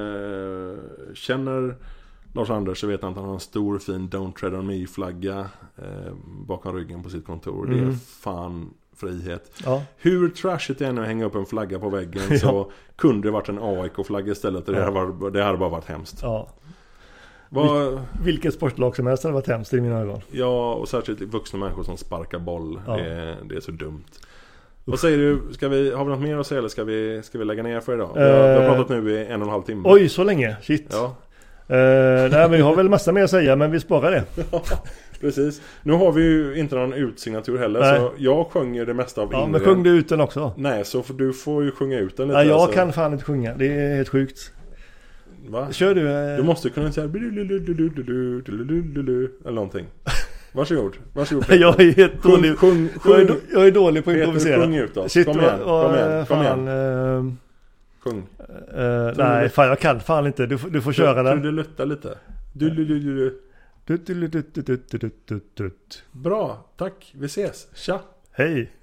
uh, känner Lars Anders, så vet han att han har en stor fin Don't Tread On Me-flagga eh, bakom ryggen på sitt kontor. Mm. Det är fan frihet. Ja. Hur trashigt det är att hänga upp en flagga på väggen ja. Så kunde det varit en A I K-flagga istället. Det, ja. hade varit, det hade bara varit hemskt. Ja. Var, Vil- vilket sportlag som helst hade varit hemskt i mina ögon. Ja, och särskilt vuxna människor som sparkar boll. Ja. Det, är, det är så dumt. Vad säger du? Ska vi, har vi något mer att säga eller ska vi, ska vi lägga ner för idag? Vi har, uh, vi har pratat nu i en och en halv timme. Oj, så länge? Shit. Ja. Uh, nej, men vi har väl massa mer att säga, men vi sparar det. Ja, precis. Nu har vi ju inte någon utsignatur heller. Nej. Så jag sjunger det mesta av ja, Ingrid. Men sjung du ut den också? Nej, så för du får ju sjunga ut den lite. Nej, jag alltså. kan fan inte sjunga. Det är helt sjukt. Va? Kör du? Uh... Du måste kunna säga eller någonting. Varsågod. Varsågod. Jag är helt sjung, dålig. Sjung, sjung. Jag, är, jag är dålig på att improvisera. Sjung ut då. Shit, kom igen. Och, kom igen. Kom fan, igen. Uh... Sjung. Uh, nej, fan jag kan fan inte. Du, du får köra den. Du luttar lite. Du, du, du, du. Du, du, du, du, du, du, du, du. Bra, tack. Vi ses. Tja. Hej.